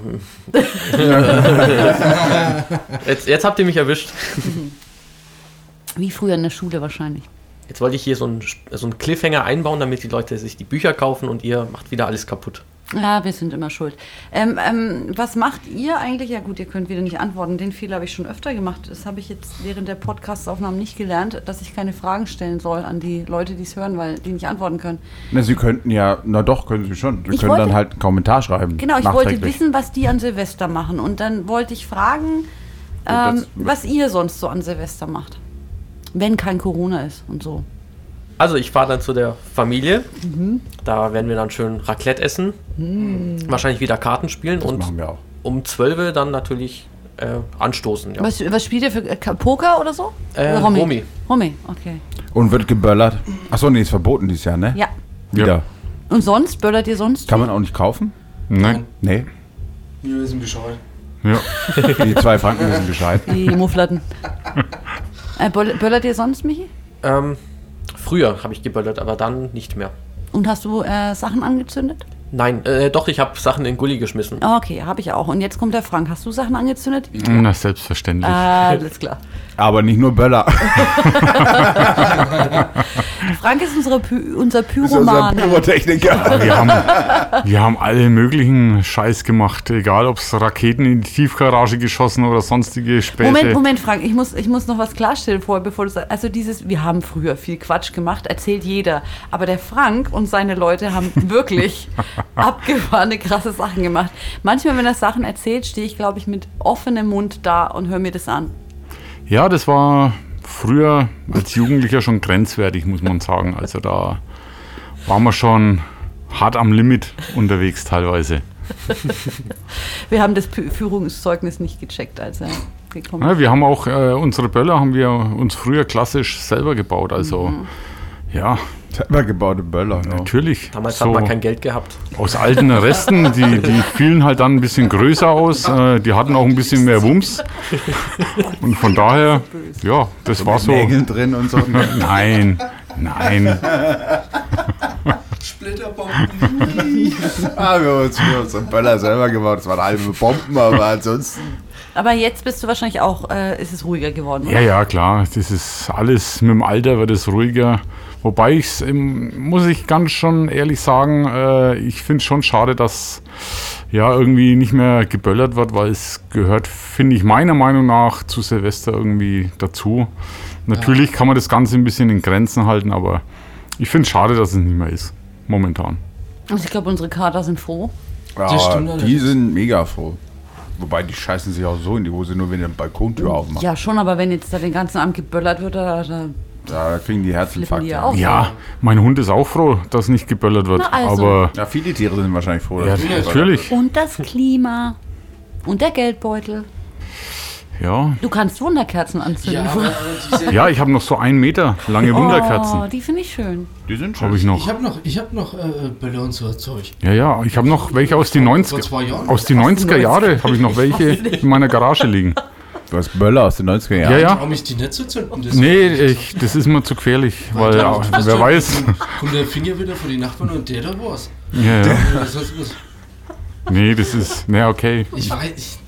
jetzt habt ihr mich erwischt. Wie früher in der Schule wahrscheinlich. Jetzt wollte ich hier so einen Cliffhanger einbauen, damit die Leute sich die Bücher kaufen und ihr macht wieder alles kaputt. Ja, wir sind immer schuld. Was macht ihr eigentlich? Ja gut, ihr könnt wieder nicht antworten. Den Fehler habe ich schon öfter gemacht. Das habe ich jetzt während der Podcast-Aufnahmen nicht gelernt, dass ich keine Fragen stellen soll an die Leute, die es hören, weil die nicht antworten können. Na, Sie könnten ja, na doch, können Sie schon. Sie Ich können wollte- dann halt einen Kommentar schreiben. Genau, ich wollte nachträglich. wissen, was die an Silvester machen. Und dann wollte ich fragen, das- was ihr sonst so an Silvester macht. Wenn kein Corona ist und so. Also ich fahre dann zu der Familie. Da werden wir dann schön Raclette essen. Wahrscheinlich wieder Karten spielen Das und machen wir auch. um 12 dann natürlich anstoßen. Ja. Was spielt ihr für Poker oder so? Romy. Romy, okay. Und wird geböllert. Achso, nee, ist verboten dieses Jahr, ne? Ja. Wieder. Und sonst? Böllert ihr sonst? Kann man auch nicht kaufen? Nein. Nee. Wir wissen Bescheid. Ja. Die 2 Franken wissen Bescheid. Die Mufflatten. Böllert ihr sonst, Michi? Früher habe ich geböllert, aber dann nicht mehr. Und hast du Sachen angezündet? Nein, doch, ich habe Sachen in Gully geschmissen. Okay, habe ich auch. Und jetzt kommt der Frank. Hast du Sachen angezündet? Na, selbstverständlich. Alles klar. Aber nicht nur Böller. Frank ist unser Das ist unser Pyroman. Pyrotechniker. Wir haben alle möglichen Scheiß gemacht, egal ob es Raketen in die Tiefgarage geschossen oder sonstige Späße. Moment, Frank, ich muss noch was klarstellen vorher, bevor du sagst. Also wir haben früher viel Quatsch gemacht, erzählt jeder. Aber der Frank und seine Leute haben wirklich abgefahrene, krasse Sachen gemacht. Manchmal, wenn er Sachen erzählt, stehe ich, glaube ich, mit offenem Mund da und höre mir das an. Ja, das war früher als Jugendlicher schon grenzwertig, muss man sagen. Also da waren wir schon hart am Limit unterwegs teilweise. Wir haben das Führungszeugnis nicht gecheckt, als er gekommen ist. Ja, wir haben auch unsere Böller haben wir uns früher klassisch selber gebaut. Also ja, Selber gebaute Böller. Ja. natürlich. Damals so hat man kein Geld gehabt. aus alten Resten, die fielen halt dann ein bisschen größer aus. Die hatten auch ein bisschen mehr Wumms. Und von daher, ja, das war so. Nägeln drin und so. Nein. Splitterbomben. Wir haben uns unsere Böller selber gebaut. Das waren halbe Bomben, aber ansonsten. Aber jetzt bist du wahrscheinlich auch, ist es ruhiger geworden, oder? Ja, klar. Das ist alles mit dem Alter wird es ruhiger. Wobei muss ich ganz schon ehrlich sagen, ich finde es schon schade, dass ja irgendwie nicht mehr geböllert wird, weil es gehört, finde ich meiner Meinung nach, zu Silvester irgendwie dazu. Natürlich kann man das Ganze ein bisschen in Grenzen halten, aber ich finde es schade, dass es nicht mehr ist, momentan. Also ich glaube, unsere Kater sind froh. Das stimmt Ja, die allerdings. sind mega froh. Wobei, die scheißen sich auch so in die Hose, nur wenn ihr eine Balkontür aufmacht. Ja, schon, aber wenn jetzt da den ganzen Abend geböllert wird, da Da kriegen die flippen die Herzinfarkte. ja auch. Ja, mein Hund ist auch froh, dass nicht geböllert wird. Na also. Aber Ja, viele Tiere sind wahrscheinlich froh. ja, dass sie natürlich. Und das Klima. Und der Geldbeutel. Ja, Du kannst Wunderkerzen anzünden. Ja, aber diese, ja, ich habe noch so 1 Meter lange Oh, Wunderkerzen. die finde ich schön. Die sind schon. Habe ich noch. ich hab noch Böller und so Zeug. Ja, ich habe noch welche aus den Vor 90er. 2 Jahren. Aus den 90er Jahre habe ich noch welche in meiner Garage liegen. Du hast Böller aus den 90er Jahren. Ja. Warum ich die nicht so zünden? Das Nee, das ist mir zu gefährlich, weil wer weiß. Kommt der Finger wieder von den Nachbarn und der da war's. Ja. Das heißt, Nee, das ist. Ne, okay. ich weiß nicht.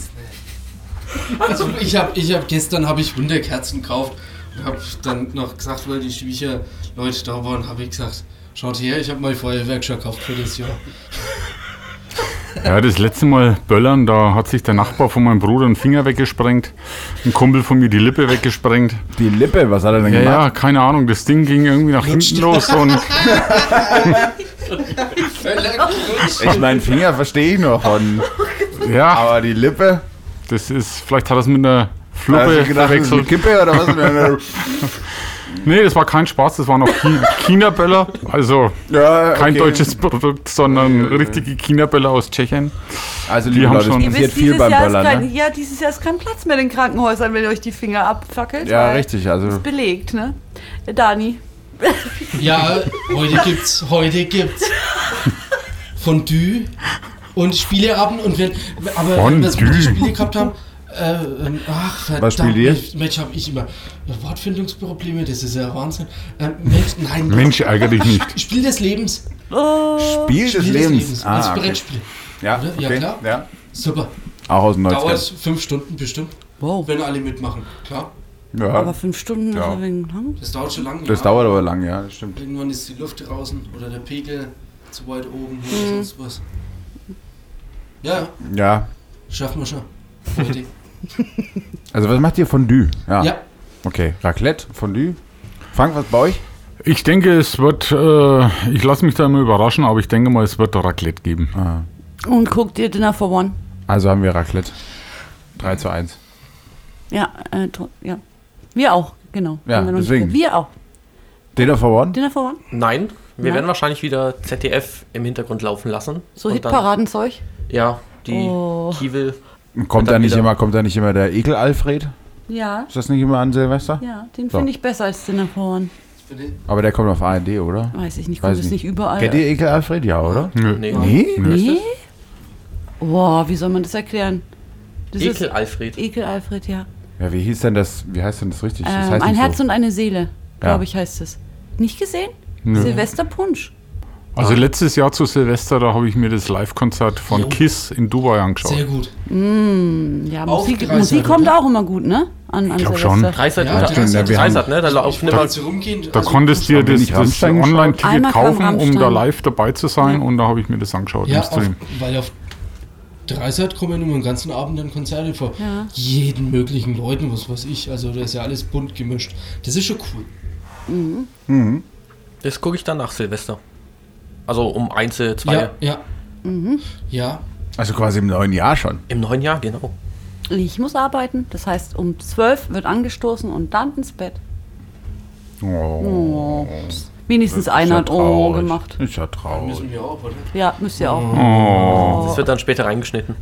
Also ich hab gestern Wunderkerzen gekauft und habe dann noch gesagt, weil die Schwieger Leute da waren, habe ich gesagt, schaut her, ich habe mein Feuerwerk schon gekauft für das Jahr. Ja, das letzte Mal Böllern, da hat sich der Nachbar von meinem Bruder einen Finger weggesprengt. Ein Kumpel von mir die Lippe weggesprengt. Die Lippe, was hat er denn Ja, gemacht? keine Ahnung, das Ding ging irgendwie nach hinten los und Ich meine, Finger verstehe ich noch. ja, Aber die Lippe? das ist, vielleicht hat er es mit einer Hast Fluppe du gedacht, das ist eine verwechselt. Kippe oder was? Nee, das war kein Spaß, das waren auch China-Böller. Also Ja, kein okay. deutsches Produkt, sondern richtige China-Böller aus Tschechien. Also, Die liebe haben Leute, schon- es Ihr passiert wisst, viel beim Böllern, ne? Ja, dieses Jahr ist kein Platz mehr in den Krankenhäusern, wenn ihr euch die Finger abfackelt. Ja, weil richtig. Also, ist belegt, ne? Dani. Ja, heute gibt's Fondue und Spieleabend und wenn wir die Spiele gehabt haben, ach verdammt, Was spielt ihr? Mensch, habe ich immer Wortfindungsprobleme, das ist ja Wahnsinn. Mensch, ärgere dich nicht. Spiel des Lebens. Spiel des Lebens. Als okay. Brettspiel. Ja, Oder? Ja, okay. klar. Ja. Super. Auch aus den Dauert 90ern. 5 Stunden bestimmt, Wow. wenn alle mitmachen. Klar. Aber Ja, 5 Stunden Ja. ist ein wenig lang. Das dauert schon lange. das dauert aber lang, ja, das stimmt. Irgendwann ist die Luft draußen oder der Pegel zu weit oben oder sonst was. Ja, Ja. schaffen wir schon. Heute. Also, was macht ihr? Fondue? Ja. Okay, Raclette, Fondue. Frank, was bei euch? Ich denke, es wird, ich lasse mich da immer überraschen, aber ich denke mal, es wird Raclette geben. Und guckt ihr Dinner for One? Also haben wir Raclette. 3:1. Ja, ja. Wir auch, genau. Ja, Haben wir noch nicht deswegen. gehört. Wir auch. Dinner for One? Dinner for One? Nein, wir Nein. werden wahrscheinlich wieder ZDF im Hintergrund laufen lassen. So Und dann- Hitparadenzeug? Ja, die Oh. Kiewel. Kommt dann da nicht immer der Ekel-Alfred? Ja, Ist das nicht immer an Silvester? ja, den So. finde ich besser als Dinner for One. Aber der kommt auf ARD, oder? Weiß ich nicht, Weiß kommt es nicht überall. Kennt ihr Ekel-Alfred? Ja, oder? Nö. Nee. Nee? Nee? Boah, wie soll man das erklären? Ekel-Alfred. Ekel-Alfred, ja. Ja, wie heißt denn das richtig? Das heißt Ein nicht Herz so. und eine Seele, glaube ich, heißt es. Nicht gesehen? Nö. Silvesterpunsch. Also letztes Jahr zu Silvester, da habe ich mir das Live-Konzert von KISS in Dubai angeschaut. Sehr gut. Ja, Auch Musik kommt auch immer gut, ne? An glaub Silvester. schon. Dreisat, Ja, Dreisat, ne? Da laufen immer. Da konntest du dir das Rammstein geschaut? Online-Ticket Einmal kam kaufen, um da Rammstein. live dabei zu sein, und da habe ich mir das angeschaut Ja, im Stream. weil auf Dreisat kommen immer den ganzen Abend dann Konzerte vor Ja. jeden möglichen Leuten, was weiß ich. Also da ist ja alles bunt gemischt. Das ist schon cool. Das gucke ich dann nach Silvester. Also um 1, 2. Ja. Ja. Also quasi im neuen Jahr schon. Im neuen Jahr, genau. Ich muss arbeiten, das heißt um 12 wird angestoßen und dann ins Bett. Oh. Wenigstens einer hat gemacht. Ist ja traurig. Müssen wir auch, oder? Ja, müsst ihr auch. Das wird dann später reingeschnitten.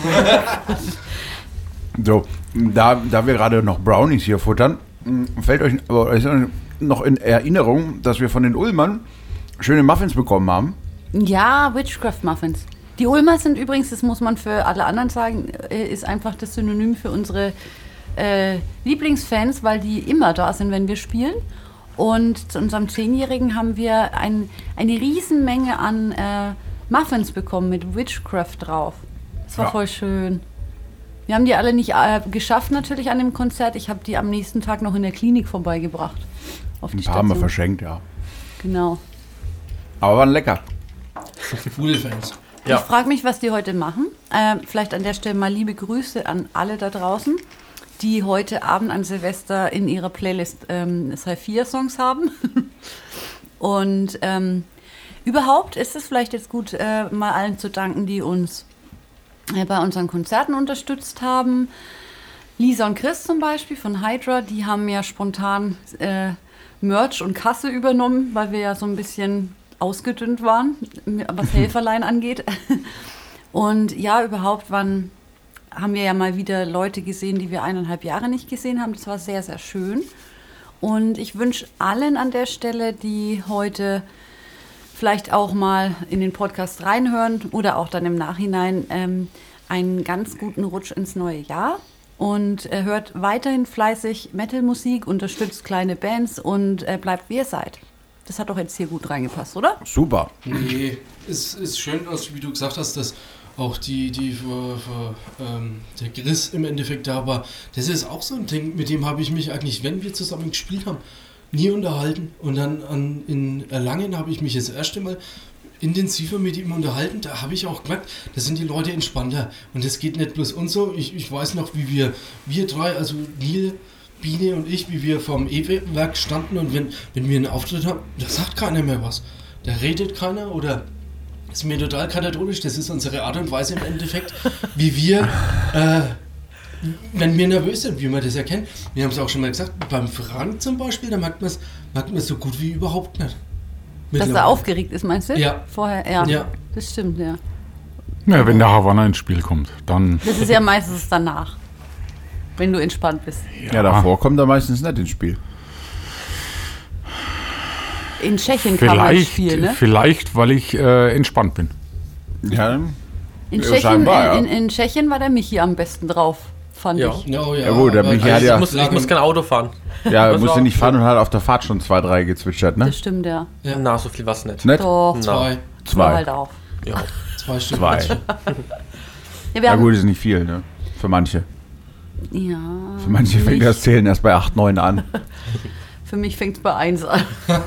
So, da wir gerade noch Brownies hier futtern, fällt euch noch in Erinnerung, dass wir von den Ulmern schöne Muffins bekommen haben. Ja, Witchcraft-Muffins. Die Ulmer sind übrigens, das muss man für alle anderen sagen, ist einfach das Synonym für unsere Lieblingsfans, weil die immer da sind, wenn wir spielen. Und zu unserem 10-Jährigen haben wir eine Riesenmenge an Muffins bekommen mit Witchcraft drauf. Das war voll schön. Wir haben die alle nicht geschafft natürlich an dem Konzert. Ich habe die am nächsten Tag noch in der Klinik vorbeigebracht. Auf Ein die paar haben wir Station. verschenkt, ja. Genau. Aber waren lecker. Coole Fans. Ja. Ich frage mich, was die heute machen. Vielleicht an der Stelle mal liebe Grüße an alle da draußen, die heute Abend an Silvester in ihrer Playlist SI4-Songs haben. Und überhaupt ist es vielleicht jetzt gut, mal allen zu danken, die uns bei unseren Konzerten unterstützt haben. Lisa und Chris zum Beispiel von Hydra, die haben ja spontan Merch und Kasse übernommen, weil wir ja so ein bisschen ausgedünnt waren, was Helferlein angeht. Und ja, überhaupt haben wir ja mal wieder Leute gesehen, die wir 1,5 Jahre nicht gesehen haben. Das war sehr, sehr schön. Und ich wünsche allen an der Stelle, die heute vielleicht auch mal in den Podcast reinhören oder auch dann im Nachhinein, einen ganz guten Rutsch ins neue Jahr. Und hört weiterhin fleißig Metal-Musik, unterstützt kleine Bands und bleibt wie ihr seid. Das hat doch jetzt hier gut reingepasst, oder? Super. Nee, es ist schön, wie du gesagt hast, dass auch der Chris im Endeffekt da war. Das ist auch so ein Ding, mit dem habe ich mich eigentlich, wenn wir zusammen gespielt haben, nie unterhalten. Und dann in Erlangen habe ich mich das erste Mal intensiver mit ihm unterhalten. Da habe ich auch gemerkt, da sind die Leute entspannter. Und das geht nicht bloß uns so. Ich weiß noch, wie wir drei, also Neil, Biene und ich, wie wir vorm E-Werk standen, und wenn wir einen Auftritt haben, da sagt keiner mehr was. Da redet keiner oder ist mir total katatonisch. Das ist unsere Art und Weise im Endeffekt, wie wir, wenn wir nervös sind, wie man das erkennt. Wir haben es auch schon mal gesagt, beim Frank zum Beispiel, da merkt man es so gut wie überhaupt nicht. Dass er aufgeregt ist, meinst du? Ja. Vorher, ja. Das stimmt, ja. Ja, wenn der Havanna ins Spiel kommt, dann... Das ist ja meistens danach, wenn du entspannt bist. Ja, davor kommt er meistens nicht ins Spiel. In Tschechien kam man ins Spiel, ne? Vielleicht, weil ich entspannt bin. Ja, In ja, Tschechien, scheinbar, ja. in Tschechien war der Michi am besten drauf, fand Ja. ich. Ja, Ja gut, der Michi hat ja- Ich muss kein Auto fahren. ja, Das musste war- nicht fahren und hat auf der Fahrt schon 2, 3 gezwitschert, ne? Das stimmt, ja. Ja. Na, so viel was nicht. Nett? Doch, Zwei. war 2. halt auch. Ja. 2 Stück. 2. Ja, wir Ja haben, gut, ist nicht viel, ne? Für manche. ja, Für manche fängt nicht. das Zählen erst bei 8, 9 an. Für mich fängt es bei 1 an.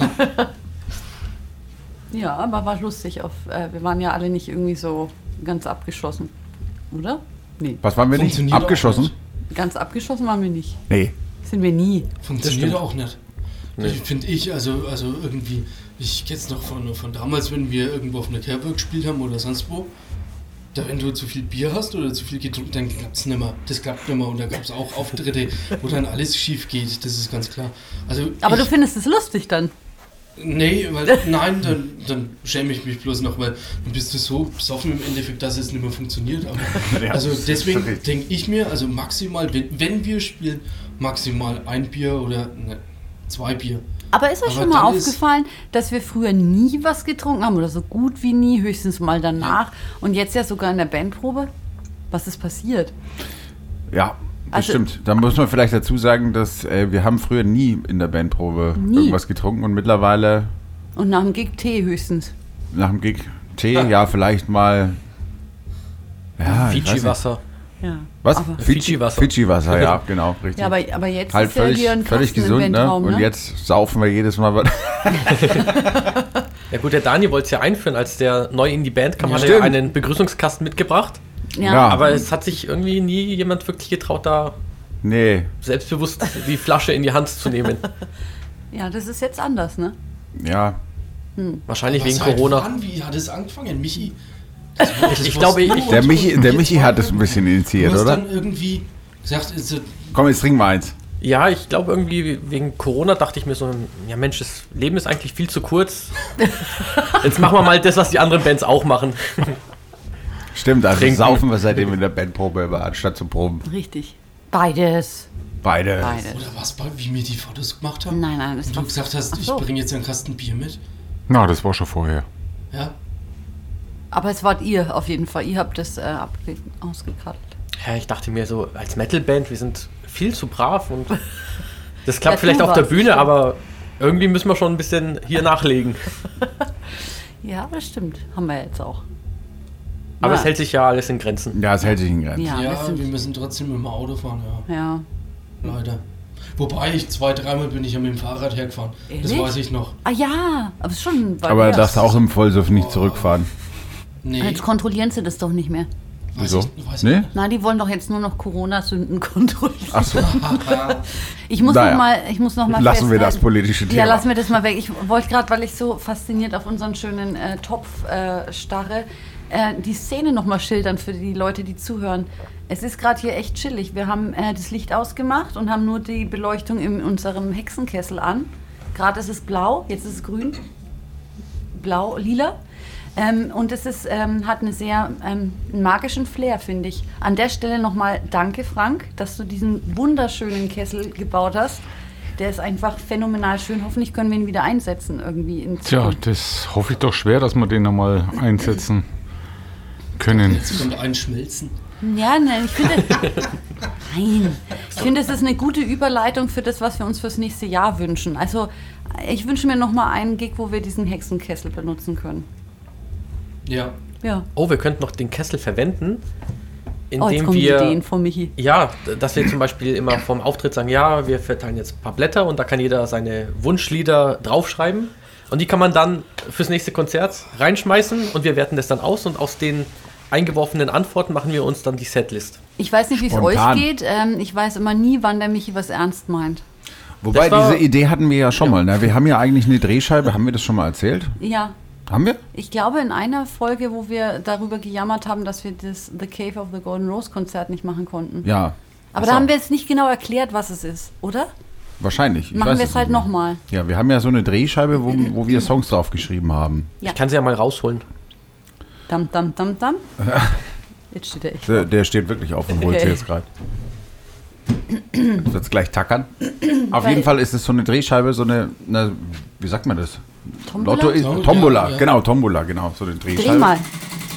Ja, aber war lustig. Wir waren ja alle nicht irgendwie so ganz abgeschlossen, oder? Nee, Was waren wir nicht? Funktioniert auch Abgeschossen? nicht. ganz abgeschlossen waren wir nicht. Nee. Sind wir nie. Funktioniert auch nicht. Nee. Finde ich, also irgendwie, ich kenne es noch von damals, wenn wir irgendwo auf einer Kerbe gespielt haben oder sonst wo. Da, wenn du zu viel Bier hast oder zu viel getrunken, dann klappt es nicht mehr. Das klappt nicht mehr. Und da gab es auch Auftritte, wo dann alles schief geht. Das ist ganz klar. Also Aber du findest es lustig dann? Nee, weil nein, dann schäme ich mich bloß noch, weil dann bist du so besoffen im Endeffekt, dass es nicht mehr funktioniert. Aber, Ja, also das ist deswegen schon richtig. denke ich mir, also maximal, wenn wir spielen, maximal 1 Bier oder 2 Bier. Aber ist euch Aber schon mal dann ist- aufgefallen, dass wir früher nie was getrunken haben oder so gut wie nie, höchstens mal danach und jetzt ja sogar in der Bandprobe? Was ist passiert? Ja, das Also- stimmt. Da muss man vielleicht dazu sagen, dass wir haben früher nie in der Bandprobe irgendwas getrunken und mittlerweile Und nach dem Gig Tee höchstens. nach dem Gig Tee, ja, vielleicht mal ja, ich weiß nicht. Fiji-Wasser. Ja. Was? Aber- Fidschi-Wasser. Fidschi-Wasser, ja, genau, richtig. Ja, aber jetzt halt ist ja hier ein völlig Kasten im gesund, ne? Bandraum, Und jetzt saufen wir jedes Mal was. Ja gut, der Dani wollte es ja einführen, als der neu in die Band kam, Ja, hat er ja stimmt. einen Begrüßungskasten mitgebracht. Ja. Ja. Aber es hat sich irgendwie nie jemand wirklich getraut, da Nee, selbstbewusst die Flasche in die Hand zu nehmen. Ja, das ist jetzt anders, ne? ja. Wahrscheinlich Was wegen seit Corona. wann? Wie hat es angefangen? Michi? Ich glaube, Der Michi hat es ein bisschen initiiert, Du hast oder? dann irgendwie gesagt, Komm, jetzt trinken wir eins. Ja, ich glaube irgendwie wegen Corona dachte ich mir so, ja Mensch, das Leben ist eigentlich viel zu kurz. Jetzt machen wir mal das, was die anderen Bands auch machen. Stimmt, also Trinken. saufen wir seitdem in der Bandprobe immer, anstatt zu proben. Richtig. Beides. Beide. Beides. oder was, wie wir die Fotos gemacht haben? Nein, das Und war. du gesagt hast, Ach so. ich bringe jetzt einen Kasten Bier mit. Na, das war schon vorher. Ja? Aber es wart ihr auf jeden Fall. Ihr habt das ausgekartet. Ja, ich dachte mir so, als Metalband, wir sind viel zu brav und das klappt Ja, vielleicht du auf der warst, Bühne, stimmt. aber irgendwie müssen wir schon ein bisschen hier nachlegen. Ja, aber das stimmt. Haben wir jetzt auch. Aber Ja. es hält sich ja alles in Grenzen. Ja, es hält sich in Grenzen. Ja, Ja, das sind, wir müssen trotzdem mit dem Auto fahren, ja. ja. Leider. Wobei, 2-3 Mal bin ich ja mit dem Fahrrad hergefahren. Das Ehrlich? weiß ich noch. Ah ja, aber es ist schon. weit Aber her. du darfst auch im Vollsuff nicht zurückfahren. Nee, Jetzt kontrollieren sie das doch nicht mehr. Wieso? Weiß Nee? Nein, die wollen doch jetzt nur noch Corona-Sünden kontrollieren. Ach so, Ich muss Naja. noch mal lassen wir das festhalten. politische Thema. Ja, lassen wir das mal weg. Ich wollte gerade, weil ich so fasziniert auf unseren schönen Topf starre, die Szene noch mal schildern für die Leute, die zuhören. Es ist gerade hier echt chillig. Wir haben das Licht ausgemacht und haben nur die Beleuchtung in unserem Hexenkessel an. Gerade ist es blau, jetzt ist es grün. Blau, lila. Und es ist, hat eine sehr einen magischen Flair, finde ich. An der Stelle nochmal danke, Frank, dass du diesen wunderschönen Kessel gebaut hast. Der ist einfach phänomenal schön. Hoffentlich können wir ihn wieder einsetzen irgendwie in Tja, Zukunft. das hoffe ich doch schwer, dass wir den nochmal einsetzen können. Jetzt kommt einschmelzen. Ja, nein, ich finde, ich finde, es ist eine gute Überleitung für das, was wir uns fürs nächste Jahr wünschen. Also ich wünsche mir nochmal einen Gig, wo wir diesen Hexenkessel benutzen können. Ja. Ja. Oh, wir könnten noch den Kessel verwenden, Oh, jetzt indem kommen wir... Ideen von Michi. Ja, dass wir zum Beispiel immer vorm Auftritt sagen, ja, wir verteilen jetzt ein paar Blätter und da kann jeder seine Wunschlieder draufschreiben. Und die kann man dann fürs nächste Konzert reinschmeißen und wir werten das dann aus und aus den eingeworfenen Antworten machen wir uns dann die Setlist. Ich weiß nicht, wie es euch Spontan. geht. Ich weiß immer nie, wann der Michi was ernst meint. Wobei, Das war- diese Idee hatten wir ja schon mal. Ne? Wir haben ja eigentlich eine Drehscheibe. Haben wir das schon mal erzählt? Ja, Haben wir? ich glaube in einer Folge, wo wir darüber gejammert haben, dass wir das The Cave of the Golden Rose Konzert nicht machen konnten. Ja. Aber Ach da so. haben wir jetzt nicht genau erklärt, was es ist, oder? Wahrscheinlich. Ich Machen weiß wir es halt nicht mehr. nochmal. Ja, wir haben ja so eine Drehscheibe, wo wir Songs drauf geschrieben haben. Ja. Ich kann sie ja mal rausholen. Dam, dam, dam, dam. Jetzt steht er echt. Der steht wirklich auf und holt sie Okay. jetzt gerade. Jetzt gleich tackern. Auf Weil- jeden Fall ist es so eine Drehscheibe, so eine wie sagt man das? Tombola? Tombola, Ja. genau, Tombola, genau, so eine Drehscheibe. Dreh mal.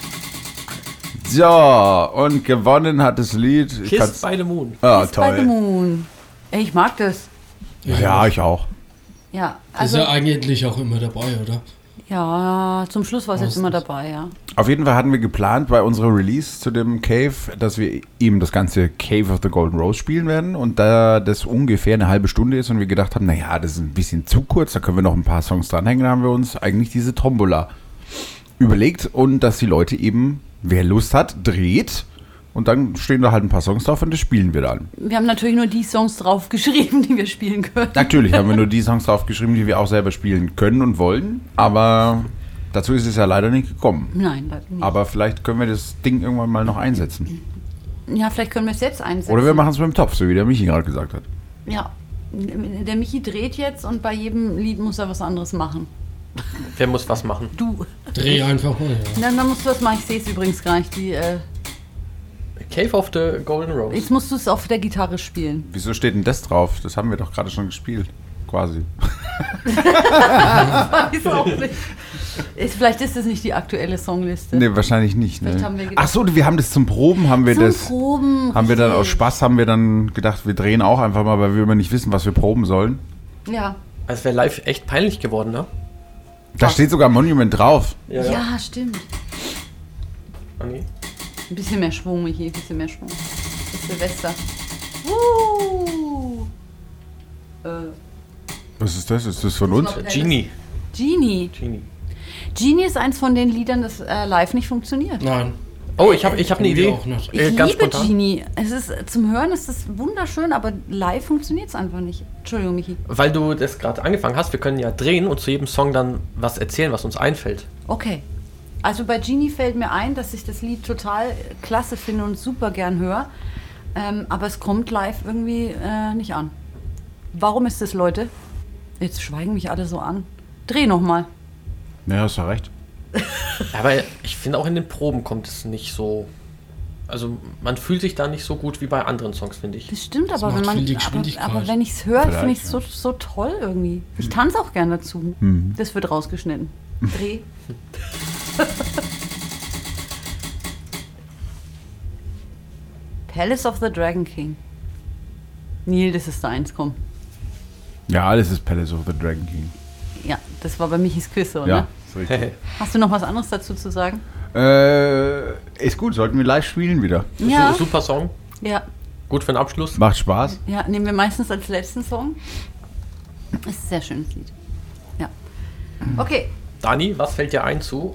So, und gewonnen hat das Lied. Ich Kiss kann's- by the Moon. Ah, Kiss by the toll. Moon. Ey, ich mag das. Ja, ich auch. Ja, Das also ist ja eigentlich auch immer dabei, oder? ja, zum Schluss war es jetzt immer dabei, ja. Auf jeden Fall hatten wir geplant bei unserer Release zu dem Cave, dass wir ihm das ganze Cave of the Golden Rose spielen werden. Und da das ungefähr eine halbe Stunde ist und wir gedacht haben, naja, das ist ein bisschen zu kurz, da können wir noch ein paar Songs dranhängen, haben wir uns eigentlich diese Tombola überlegt. Und dass die Leute eben, wer Lust hat, dreht. Und dann stehen da halt ein paar Songs drauf und das spielen wir dann. Wir haben natürlich nur die Songs drauf geschrieben, die wir spielen können. Natürlich haben wir nur die Songs drauf geschrieben, die wir auch selber spielen können und wollen. Aber dazu ist es ja leider nicht gekommen. Nein, leider nicht. Aber vielleicht können wir das Ding irgendwann mal noch einsetzen. Ja, vielleicht können wir es jetzt einsetzen. Oder wir machen es mit dem Topf, so wie der Michi gerade gesagt hat. Ja, der Michi dreht jetzt und bei jedem Lied muss er was anderes machen. Wer muss was machen? Du. Dreh einfach mal, ja. Dann musst du was machen. Ich sehe es übrigens gar nicht. Cave of the Golden Rose. Jetzt musst du es auf der Gitarre spielen. Wieso steht denn das drauf? Das haben wir doch gerade schon gespielt. quasi. Weiß auch nicht. Vielleicht ist das nicht die aktuelle Songliste. Nee, wahrscheinlich nicht. Vielleicht Ne? haben wir gedacht- Ach so, wir haben das zum Proben, haben wir dann aus Spaß haben wir dann gedacht, wir drehen auch einfach mal, weil wir immer nicht wissen, was wir proben sollen. Ja. Also wäre live echt peinlich geworden, ne? Da steht sogar Monument drauf. Ja, stimmt. Ah, nee. Ein bisschen mehr Schwung, Michi, ein bisschen mehr Schwung. Das ist Silvester. Was ist das? Ist das von uns? Genie. Genie. Genie. Genie ist eins von den Liedern, das live nicht funktioniert. Nein. Oh, ich hab eine Kennen wir Idee. auch nicht. Ich Ganz liebe spontan. Genie. Es ist, zum Hören ist das wunderschön, aber live funktioniert es einfach nicht. Entschuldigung, Michi. Weil du das gerade angefangen hast, wir können ja drehen und zu jedem Song dann was erzählen, was uns einfällt. Okay. Also bei Genie fällt mir ein, dass ich das Lied total klasse finde und super gern höre. Aber es kommt live irgendwie nicht an. Warum ist das, Leute? Jetzt schweigen mich alle so an. Dreh nochmal. Ja, hast du recht. Aber ich finde auch in den Proben kommt es nicht so. Also man fühlt sich da nicht so gut wie bei anderen Songs, finde ich. Das stimmt, Das aber macht wenn man. viel die Aber, Geschwindigkeit. aber wenn ich es höre, Vielleicht, finde ich es ja. so toll irgendwie. Ich tanze auch gern dazu. Das wird rausgeschnitten. Dreh. Palace of the Dragon King. Neil, das ist deins, komm. Ja, alles ist Palace of the Dragon King. Ja, das war bei Michis Quiz, oder? Ja, ist richtig. Hast du noch was anderes dazu zu sagen? Ist gut, sollten wir live spielen wieder. Ja. Super Song. Ja. Gut für den Abschluss. Macht Spaß. Ja, nehmen wir meistens als letzten Song. Das ist ein sehr schönes Lied. Ja. Okay. Dani, was fällt dir ein zu?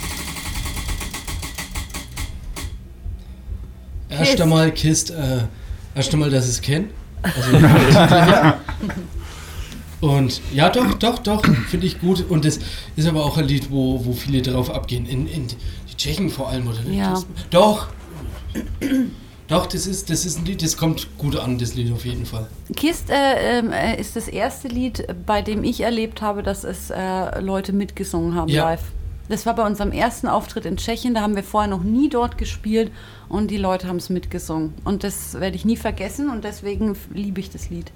Erst einmal Kist, erst einmal, dass ich es kenne. Also, ja. Und ja, doch, finde ich gut. Und das ist aber auch ein Lied, wo viele drauf abgehen. In die Tschechen vor allem, oder nicht? Ja. Doch, das ist ein Lied, das kommt gut an, das Lied auf jeden Fall. Kist ist das erste Lied, bei dem ich erlebt habe, dass es Leute mitgesungen haben Ja. live. Das war bei unserem ersten Auftritt in Tschechien, da haben wir vorher noch nie dort gespielt und die Leute haben es mitgesungen. Und das werde ich nie vergessen und deswegen liebe ich das Lied.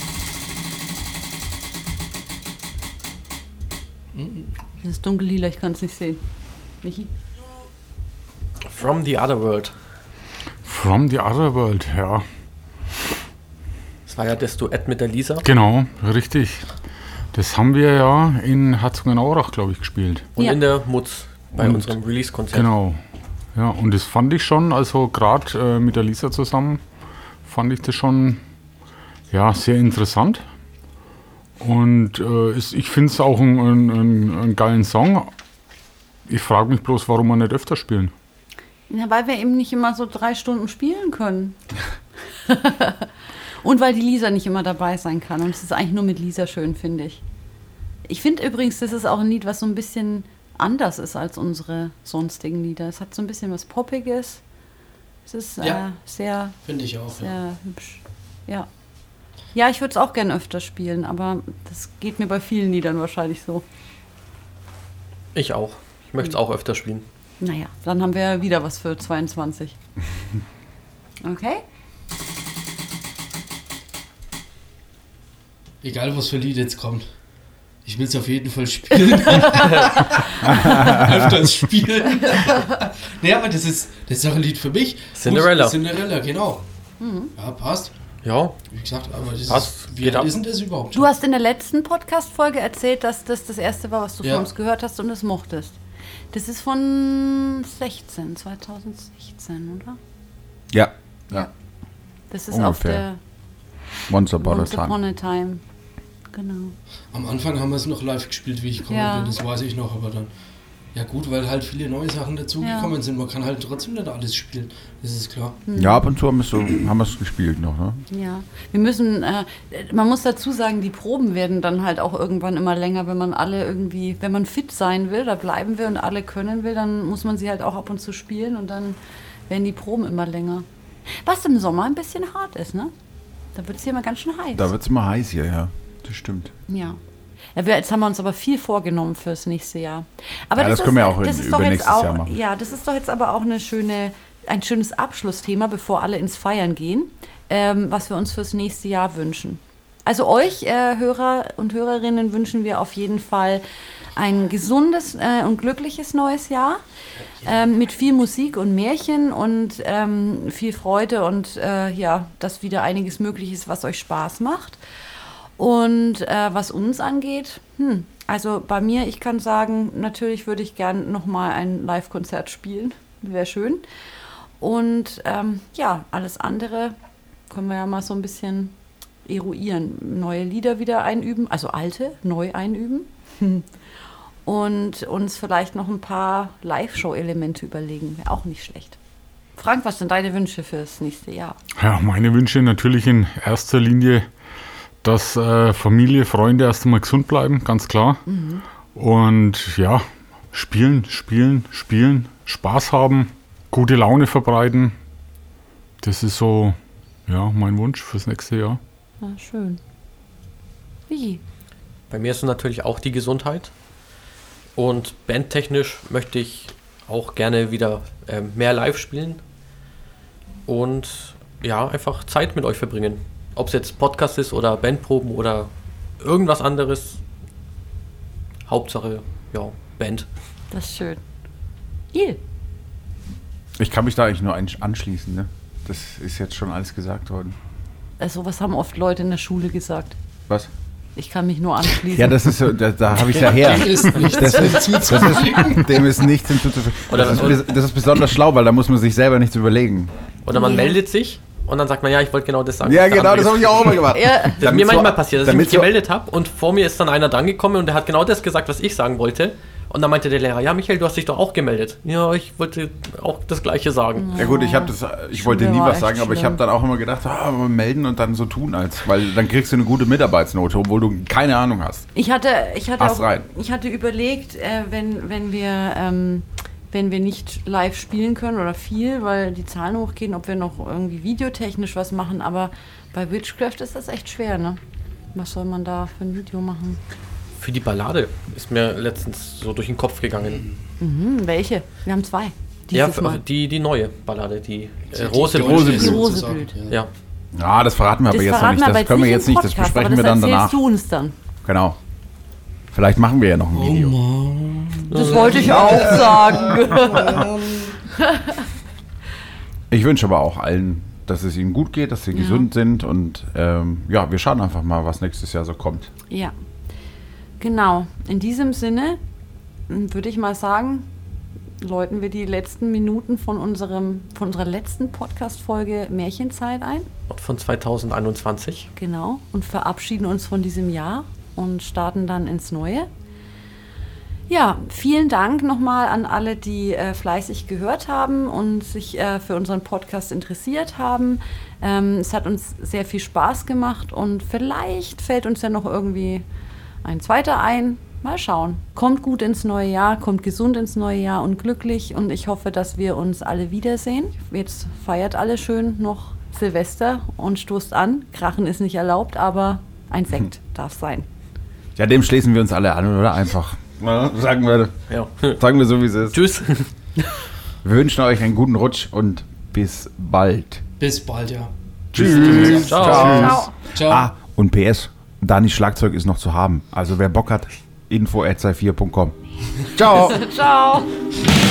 Das ist dunkellila, ich kann es nicht sehen. Michi? From the Other World. From the Other World, ja. Das war ja das Duett mit der Lisa. Genau, richtig. Das haben wir ja in Herzogenaurach, glaube ich, gespielt. Und Ja. in der Mutz bei Und- unserem Release-Konzert. Genau. Ja, und das fand ich schon, also gerade mit der Lisa zusammen, fand ich das schon ja, sehr interessant. Und ich finde es auch einen geilen Song. Ich frage mich bloß, warum wir nicht öfter spielen. Ja, weil wir eben nicht immer so 3 Stunden spielen können. Und weil die Lisa nicht immer dabei sein kann. Und es ist eigentlich nur mit Lisa schön, finde ich. Ich finde übrigens, das ist auch ein Lied, was so ein bisschen anders ist als unsere sonstigen Lieder. Es hat so ein bisschen was Poppiges. Es ist Ja. sehr, Finde ich auch. Ja. sehr hübsch. Ja. Ja, ich würde es auch gerne öfter spielen, aber das geht mir bei vielen Liedern wahrscheinlich so. Ich auch. Ich möchte es auch öfter spielen. Naja, dann haben wir wieder was für 22. Okay? Egal, was für ein Lied jetzt kommt. Ich will es auf jeden Fall spielen. Öfters spielen. Naja, aber das ist auch ein Lied für mich. Cinderella. Cinderella, genau. Ja, passt. Ja, Wie gesagt, aber das Passt. wie Geht alt ab. ist denn das überhaupt? Du hast in der letzten Podcast-Folge erzählt, dass das das erste war, was du Ja. von uns gehört hast und es mochtest. Das ist von 2016, oder? Ja. Das ist Ungefähr. auf der Once Upon a Once Time. Upon a Time. Genau. Am Anfang haben wir es noch live gespielt, wie ich gekommen Ja. bin, das weiß ich noch, aber dann. Ja gut, weil halt viele neue Sachen dazugekommen Ja. sind. Man kann halt trotzdem nicht alles spielen. Das ist klar. Ja, ab und zu haben wir es gespielt noch, ne? Ja, wir müssen, man muss dazu sagen, die Proben werden dann halt auch irgendwann immer länger, wenn man alle irgendwie, wenn man fit sein will, da bleiben wir und alle können will, dann muss man sie halt auch ab und zu spielen und dann werden die Proben immer länger. Was im Sommer ein bisschen hart ist, ne? Da wird es hier immer ganz schön heiß. Da wird es immer heiß hier, ja. Das stimmt. Ja. Jetzt haben wir uns aber viel vorgenommen fürs nächste Jahr. Aber Ja, das können wir auch das ist über doch jetzt nächstes auch, Jahr machen. Ja, das ist doch jetzt aber auch ein schönes Abschlussthema, bevor alle ins Feiern gehen, was wir uns fürs nächste Jahr wünschen. Also euch, Hörer und Hörerinnen, wünschen wir auf jeden Fall ein gesundes und glückliches neues Jahr mit viel Musik und Märchen und viel Freude und dass wieder einiges möglich ist, was euch Spaß macht. Und was uns angeht, also bei mir, ich kann sagen, natürlich würde ich gern nochmal ein Live-Konzert spielen, wäre schön. Und alles andere können wir ja mal so ein bisschen eruieren. Neue Lieder wieder einüben, also alte, neu einüben. Und uns vielleicht noch ein paar Live-Show-Elemente überlegen. Wäre auch nicht schlecht. Frank, was sind deine Wünsche fürs nächste Jahr? Ja, meine Wünsche natürlich in erster Linie, dass Familie, Freunde erst einmal gesund bleiben, ganz klar. Mhm. Und ja, spielen, Spaß haben, gute Laune verbreiten. Das ist so, ja, mein Wunsch fürs nächste Jahr. Na, schön. Wie? Bei mir ist es natürlich auch die Gesundheit. Und bandtechnisch möchte ich auch gerne wieder mehr live spielen. Und ja, einfach Zeit mit euch verbringen. Ob es jetzt Podcast ist oder Bandproben oder irgendwas anderes. Hauptsache, ja, Band. Das ist schön. Il. Ich kann mich da eigentlich nur anschließen, ne? Das ist jetzt schon alles gesagt worden. Also, was haben oft Leute in der Schule gesagt? Was? Ich kann mich nur anschließen. Ja, das ist so, da habe ich ja her. Dem ist nichts hinzuzufügen. Dem ist nichts hinzuzufügen. Das ist besonders schlau, weil da muss man sich selber nichts überlegen. Oder man meldet sich und dann sagt man, ja, ich wollte genau das sagen. Ja, genau, das habe ich auch immer gemacht. Ja. Das ist mir manchmal passiert, dass ich mich gemeldet habe und vor mir ist dann einer dran gekommen und der hat genau das gesagt, was ich sagen wollte. Und dann meinte der Lehrer, ja, Michael, du hast dich doch auch gemeldet. Ja, ich wollte auch das Gleiche sagen. Ja gut, ich wollte nie was sagen, aber ich habe dann auch immer gedacht, melden und dann so tun weil dann kriegst du eine gute Mitarbeitsnote, obwohl du keine Ahnung hast. Ich hatte überlegt, wenn wir nicht live spielen können oder viel, weil die Zahlen hochgehen, ob wir noch irgendwie videotechnisch was machen, aber bei Witchcraft ist das echt schwer, ne? Was soll man da für ein Video machen? Für die Ballade ist mir letztens so durch den Kopf gegangen. Mhm, welche? Wir haben 2. Die neue Ballade, die Rose blüht. Ja. Ja, das verraten wir aber jetzt noch nicht. Das können wir jetzt nicht, das besprechen wir dann danach. Das erzählst du uns dann. Genau. Vielleicht machen wir ja noch ein Video. Mann. Das wollte ich auch sagen. Ich wünsche aber auch allen, dass es ihnen gut geht, dass sie gesund sind und wir schauen einfach mal, was nächstes Jahr so kommt. Ja. Genau, in diesem Sinne würde ich mal sagen, läuten wir die letzten Minuten von unserer letzten Podcast-Folge Märchenzeit ein. Von 2021. Genau, und verabschieden uns von diesem Jahr und starten dann ins Neue. Ja, vielen Dank nochmal an alle, die fleißig gehört haben und sich für unseren Podcast interessiert haben. Es hat uns sehr viel Spaß gemacht und vielleicht fällt uns ja noch irgendwie ein zweiter ein. Mal schauen. Kommt gut ins neue Jahr, kommt gesund ins neue Jahr und glücklich und ich hoffe, dass wir uns alle wiedersehen. Jetzt feiert alle schön noch Silvester und stoßt an. Krachen ist nicht erlaubt, aber ein Sekt darf sein. Ja, dem schließen wir uns alle an, oder? Einfach. Sagen wir so, wie es ist. Tschüss. Wir wünschen euch einen guten Rutsch und bis bald. Bis bald, ja. Tschüss. Ciao. Ah, und PS, Danis Schlagzeug ist noch zu haben. Also wer Bock hat, info@sei4.com. Ciao. Ciao.